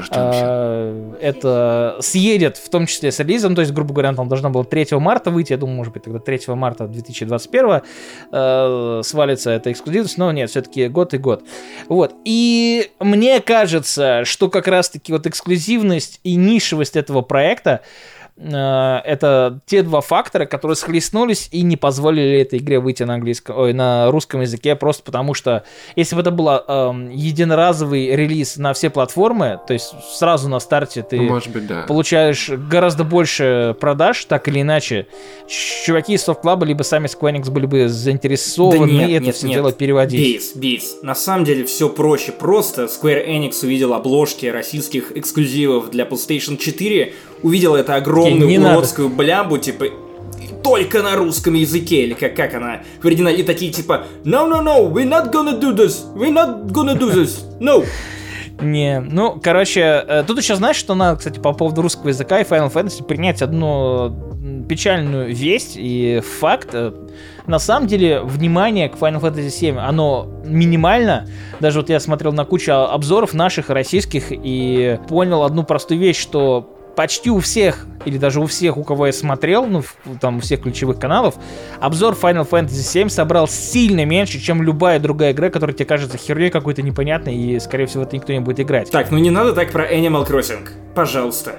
это съедет, в том числе с релизом, то есть, грубо говоря, там должно было 3 марта выйти, я думаю, может быть, тогда 3 марта 2021 свалится эта эксклюзивность, но нет, все-таки год и год. Вот, и мне кажется, что как раз-таки вот эксклюзивность и нишевость этого проекта это те два фактора, которые схлестнулись и не позволили этой игре выйти на русском языке, просто потому что если бы это был единоразовый релиз на все платформы, то есть сразу на старте ты получаешь гораздо больше продаж, так или иначе, чуваки из Soft Club либо сами Square Enix были бы заинтересованы все дело переводить. Бейс. На самом деле все проще. Просто Square Enix увидел обложки российских эксклюзивов для PlayStation 4, увидел это огромную уродскую блямбу, типа, только на русском языке, или как она в оригинале, и такие типа No, we're not gonna do this, no. Не, тут еще знаешь, что надо, кстати, по поводу русского языка и Final Fantasy принять одну печальную весть и факт. На самом деле, внимание к Final Fantasy 7, оно минимально. Даже вот я смотрел на кучу обзоров наших, российских, и понял одну простую вещь, что почти у всех, или даже у всех, у кого я смотрел, там у всех ключевых каналов, обзор Final Fantasy 7 собрал сильно меньше, чем любая другая игра, которая тебе кажется херней какой-то непонятной, и, скорее всего, это никто не будет играть. Так, не надо так про Animal Crossing, пожалуйста.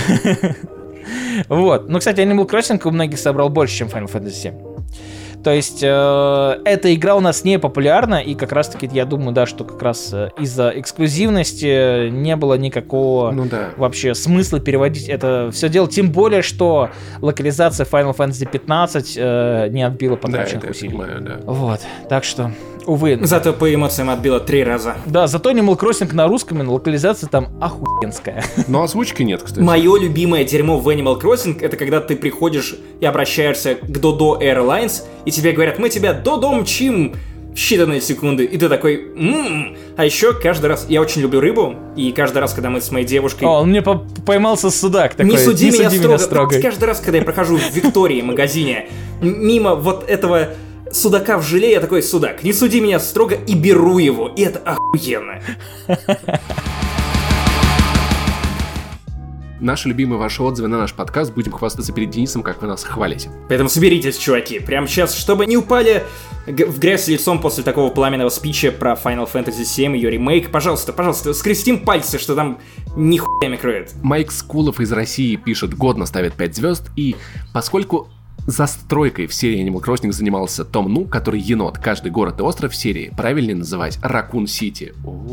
Вот. Кстати, Animal Crossing у многих собрал больше, чем Final Fantasy 7. То есть, эта игра у нас не популярна, и как раз-таки, я думаю, да, что как раз из-за эксклюзивности не было никакого вообще смысла переводить это все дело, тем более, что локализация Final Fantasy 15 не отбила потраченных усилий. Понимаю, да. Вот, так что, увы. Зато по эмоциям отбила 3 раза. Да, зато Animal Crossing на русском, и локализация там охуенская. Но озвучки нет, кстати. Мое любимое дерьмо в Animal Crossing — это когда ты приходишь и обращаешься к Dodo Airlines, и тебе говорят, мы тебя Додо мчим в считанные секунды, и ты такой, А еще каждый раз, я очень люблю рыбу, и каждый раз, когда мы с моей девушкой... Он мне поймался судак такой. Не суди меня строго. Каждый раз, когда я прохожу в Виктории магазине, мимо вот этого судака в желе, я такой, судак, не суди меня строго, и беру его, и это охуенно. Наши любимые ваши отзывы на наш подкаст. Будем хвастаться перед Денисом, как вы нас хвалите. Поэтому соберитесь, чуваки, прямо сейчас, чтобы не упали в грязь лицом после такого пламенного спича про Final Fantasy 7 и ее ремейк. Пожалуйста, скрестим пальцы, что там нихуя микроет. Майк Скулов из России пишет, годно ставит 5 звезд, и поскольку застройкой в серии Animal Crossing занимался Том Нук, который енот. Каждый город и остров в серии правильнее называть Ракун Сити.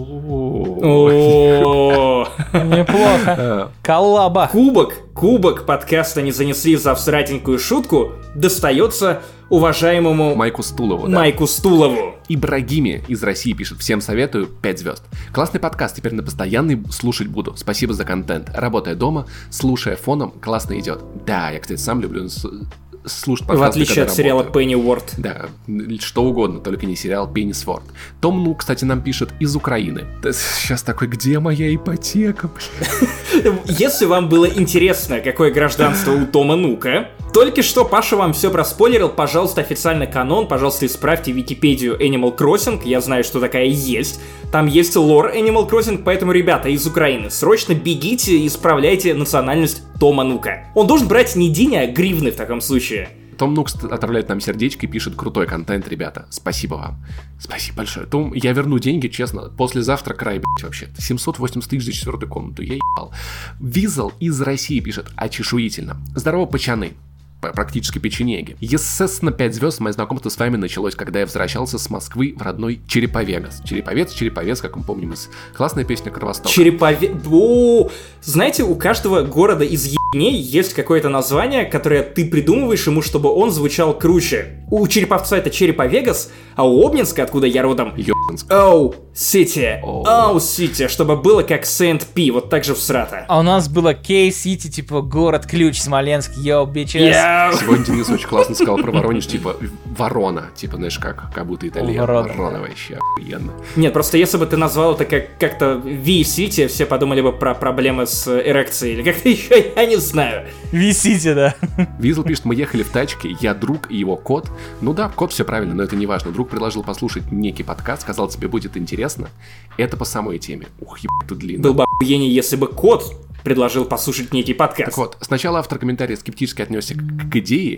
Неплохо. Коллаба. Кубок подкаста не занесли за всратенькую шутку, достается уважаемому Майку Стулову. Майку Стулову. Ибрагими из России пишет, всем советую, 5 звезд. Классный подкаст, теперь на постоянный слушать буду. Спасибо за контент. Работая дома, слушая фоном, классно идет. Да, я, кстати, сам люблю слушать подкасты, в отличие от сериала Pennyworth. Да, что угодно, только не сериал Pennyworth. Том Ну, кстати, нам пишет из Украины. Сейчас такой, где моя ипотека, блин? Если вам было интересно, какое гражданство у Тома Нука, только что Паша вам все проспойлерил, пожалуйста, официальный канон, пожалуйста, исправьте Википедию Animal Crossing, я знаю, что такая есть. Там есть лор Animal Crossing, поэтому, ребята, из Украины, срочно бегите и исправляйте национальность Тома Нука. Он должен брать не деньги, а гривны в таком случае. Том Нукс отправляет нам сердечко и пишет, крутой контент, ребята. Спасибо вам. Спасибо большое. Том, я верну деньги, честно. Послезавтра край, блять, вообще. 780 тысяч за 4-ю комнату. Я ебал. Визел из России пишет, очешуительно. Здорово, пачаны. Практически печенеги. Естественно, 5 звезд. Мое знакомство с вами началось, когда я возвращался с Москвы в родной Череповец. Череповец, как мы помним, из классная песня Кровостока. Знаете, у каждого города из ебней есть какое-то название, которое ты придумываешь ему, чтобы он звучал круче. У Череповца это Череповегас, а у Обнинска, откуда я родом, Ёбнинск. Сити, чтобы было как Сент-Пи, вот так же всрато. А у нас было Кей-Сити, типа город-ключ, Смоленск, йоу, бичес. Сегодня Денис очень классно сказал про Воронеж, типа ворона, типа, знаешь, как будто итальян. Ворона вообще охуенно. Нет, просто если бы ты назвал это как-то V-City, все подумали бы про проблемы с эрекцией, или как-то еще, я не знаю. V-City, да. Визл пишет, мы ехали в тачке, я друг и его кот. Ну да, кот все правильно, но это не важно. Друг предложил послушать некий подкаст, сказал, тебе будет интересно. Это по самой теме. Ух, ебать, тут длинно. Был бы охуение, если бы кот предложил послушать некий подкаст. Так вот, сначала автор комментария скептически отнесся к идее,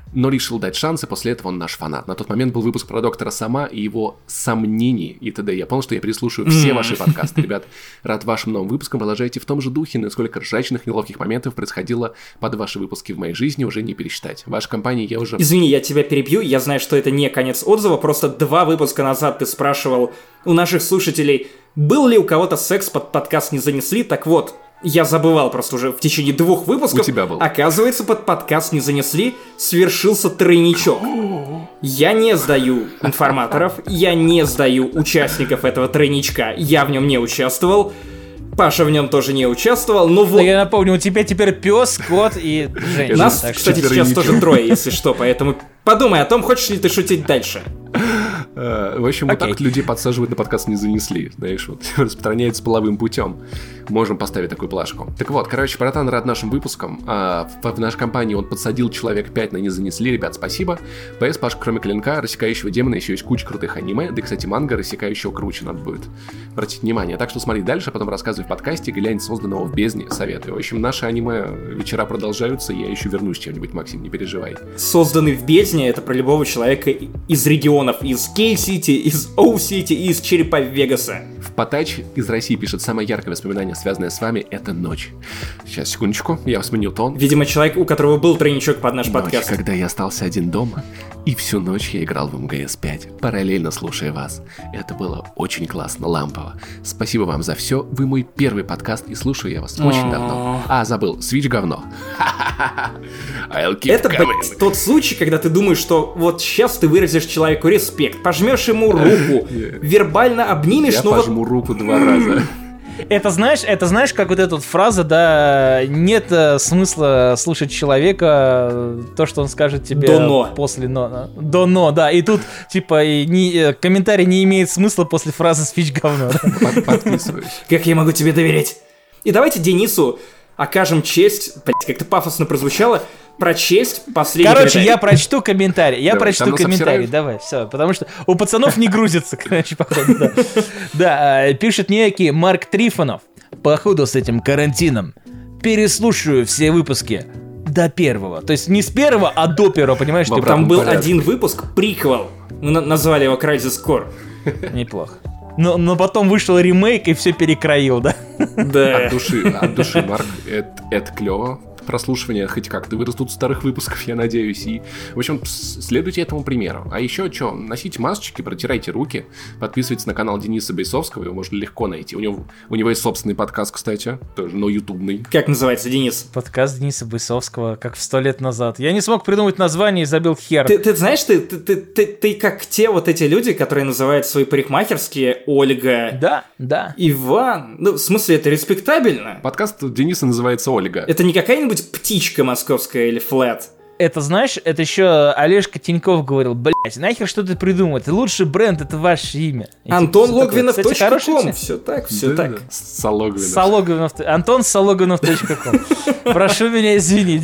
но решил дать шанс, и после этого он наш фанат. На тот момент был выпуск про доктора Сома и его сомнений и т.д. Я понял, что я переслушаю все ваши подкасты. Ребят, рад вашим новым выпускам, продолжайте в том же духе, но сколько ржачных неловких моментов происходило под ваши выпуски в моей жизни, уже не пересчитать. В вашей компании я уже... Извини, я тебя перебью, я знаю, что это не конец отзыва, просто 2 выпуска назад ты спрашивал у наших слушателей, был ли у кого-то секс под подкаст «Не занесли», так вот, я забывал просто уже в течение 2 выпусков. У тебя был. Оказывается, под подкаст «Не занесли» свершился тройничок. Я не сдаю информаторов, я не сдаю участников этого тройничка, я в нем не участвовал. Паша в нем тоже не участвовал, но вот... Я напомню, у тебя теперь пес, кот и женщина. Нас, кстати, сейчас тоже 3, если что, поэтому подумай о том, хочешь ли ты шутить дальше. В общем, вот так вот людей подсаживают на подкаст «Не занесли». Знаешь, вот распространяется половым путем. Можем поставить такую плашку. Так вот, короче, братан рад нашим выпускам. В нашей компании он подсадил человек 5 на «Не занесли». Ребят, спасибо. ПС, Паш, кроме клинка, рассекающего демона, еще есть куча крутых аниме. Да, кстати, манга рассекающего круче надо будет обратить внимание. Так что смотри дальше, потом рассказывай в подкасте, глянь созданного в бездне, советую. В общем, наши аниме вечера продолжаются, я еще вернусь чем-нибудь, Максим, не переживай. Созданный в бездне — это про любого человека из регионов, из Кей-Сити, из Оу-Сити и из черепа Вегаса. В Потач из России пишет: самое яркое воспоминание, связанное с вами, это ночь. Сейчас, секундочку, я сменил тон. Видимо, человек, у которого был тройничок под наш подкаст. Когда я остался один дома, и всю ночь я играл в МГС 5, параллельно слушая вас. Это было очень классно, лампово. Спасибо вам за все, вы мой первый подкаст, и слушаю я вас очень давно. Забыл, Switch говно. Это, блядь, тот случай, когда ты думаешь, что вот сейчас ты выразишь человеку респект, пожмешь ему руку, вербально обнимешь, я пожму руку 2 раза. Это знаешь, как вот эта вот фраза, да, нет смысла слушать человека, то, что он скажет тебе после «но». До «но», да, и тут, типа, комментарий не имеет смысла после фразы «спич говно». Подписываюсь. Как я могу тебе доверять? И давайте Денису окажем честь, блять, как-то пафосно прозвучало, прочесть последний комментарий. Я прочту комментарий. Давай, все, потому что у пацанов не грузится, короче, походу, да. Да, пишет некий Марк Трифонов. Походу с этим карантином переслушаю все выпуски до 1-го. То есть не с 1-го, а до 1-го, понимаешь? Там был один выпуск, приквел. Мы назвали его Crysis Core. Неплохо. Но потом вышел ремейк и все перекроил, да? Да. От души, Марк, это клево. Прослушивания хоть как-то вырастут старых выпусков, я надеюсь. И, в общем, следуйте этому примеру. А еще что, носите масочки, протирайте руки, подписывайтесь на канал Дениса Бойцовского, его можно легко найти. У него есть собственный подкаст, кстати, тоже, но ютубный. Как называется, Денис? Подкаст Дениса Бойцовского, как в 100 лет назад. Я не смог придумать название и забил хер. Ты знаешь, ты как те вот эти люди, которые называют свои парикмахерские Ольга. Да. Иван. Ну, в смысле, это респектабельно. Подкаст Дениса называется Ольга. Это не какая-нибудь птичка московская или флэт. Это, знаешь, это еще Олежка Тиньков говорил: блять, нахер что-то придумать, лучший бренд — это ваше имя. Антон Логвинов.ком. Все так. Сологвинов. Антон Сологвинов.ком. Прошу меня извинить.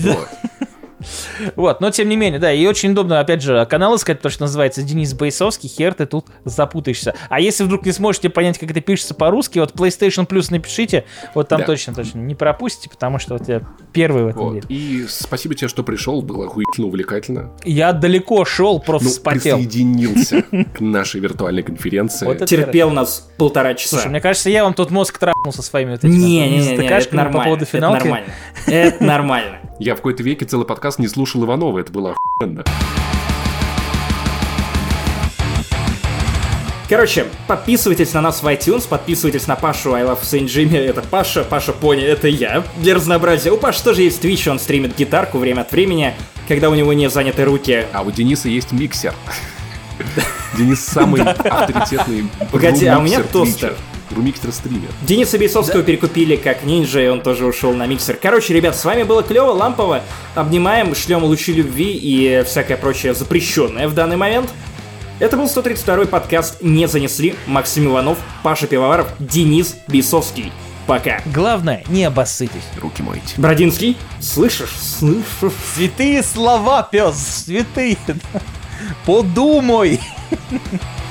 Вот, но тем не менее, да, и очень удобно, опять же, канал искать, потому что называется Денис Бойцовский, хер ты тут запутаешься. А если вдруг не сможете понять, как это пишется по-русски, вот PlayStation Plus напишите, вот там точно не пропустите, потому что вот я первый в этом деле. И спасибо тебе, что пришел, было охуительно увлекательно. Я далеко шел, просто вспотел. Присоединился к нашей виртуальной конференции. Вот терпел нас 1,5 часа. Слушай, мне кажется, я вам тут мозг трахнул со своими вот этими не, по поводу финалки. Это нормально. Я в какой-то веке целый подкаст не слушал Иванова, это было охуенно. Короче, подписывайтесь на нас в iTunes, подписывайтесь на Пашу I Love Saint Jimmy, это Паша Пони, это я. Для разнообразия. У Паши тоже есть Twitch, он стримит гитарку время от времени, когда у него не заняты руки. А у Дениса есть миксер. Денис самый авторитетный Погоди, а у меня тостер. Румикстер-стример. Дениса Бойцовского перекупили как ниндзя, и он тоже ушел на миксер. Короче, ребят, с вами было клево, лампово. Обнимаем, шлем лучи любви и всякое прочее запрещенное в данный момент. Это был 132-й подкаст «Не занесли». Максим Иванов, Паша Пивоваров, Денис Бойцовский. Пока. Главное, не обоссытесь. Руки мойте. Бродинский, слышишь? Святые слова, пес, святые. Подумай.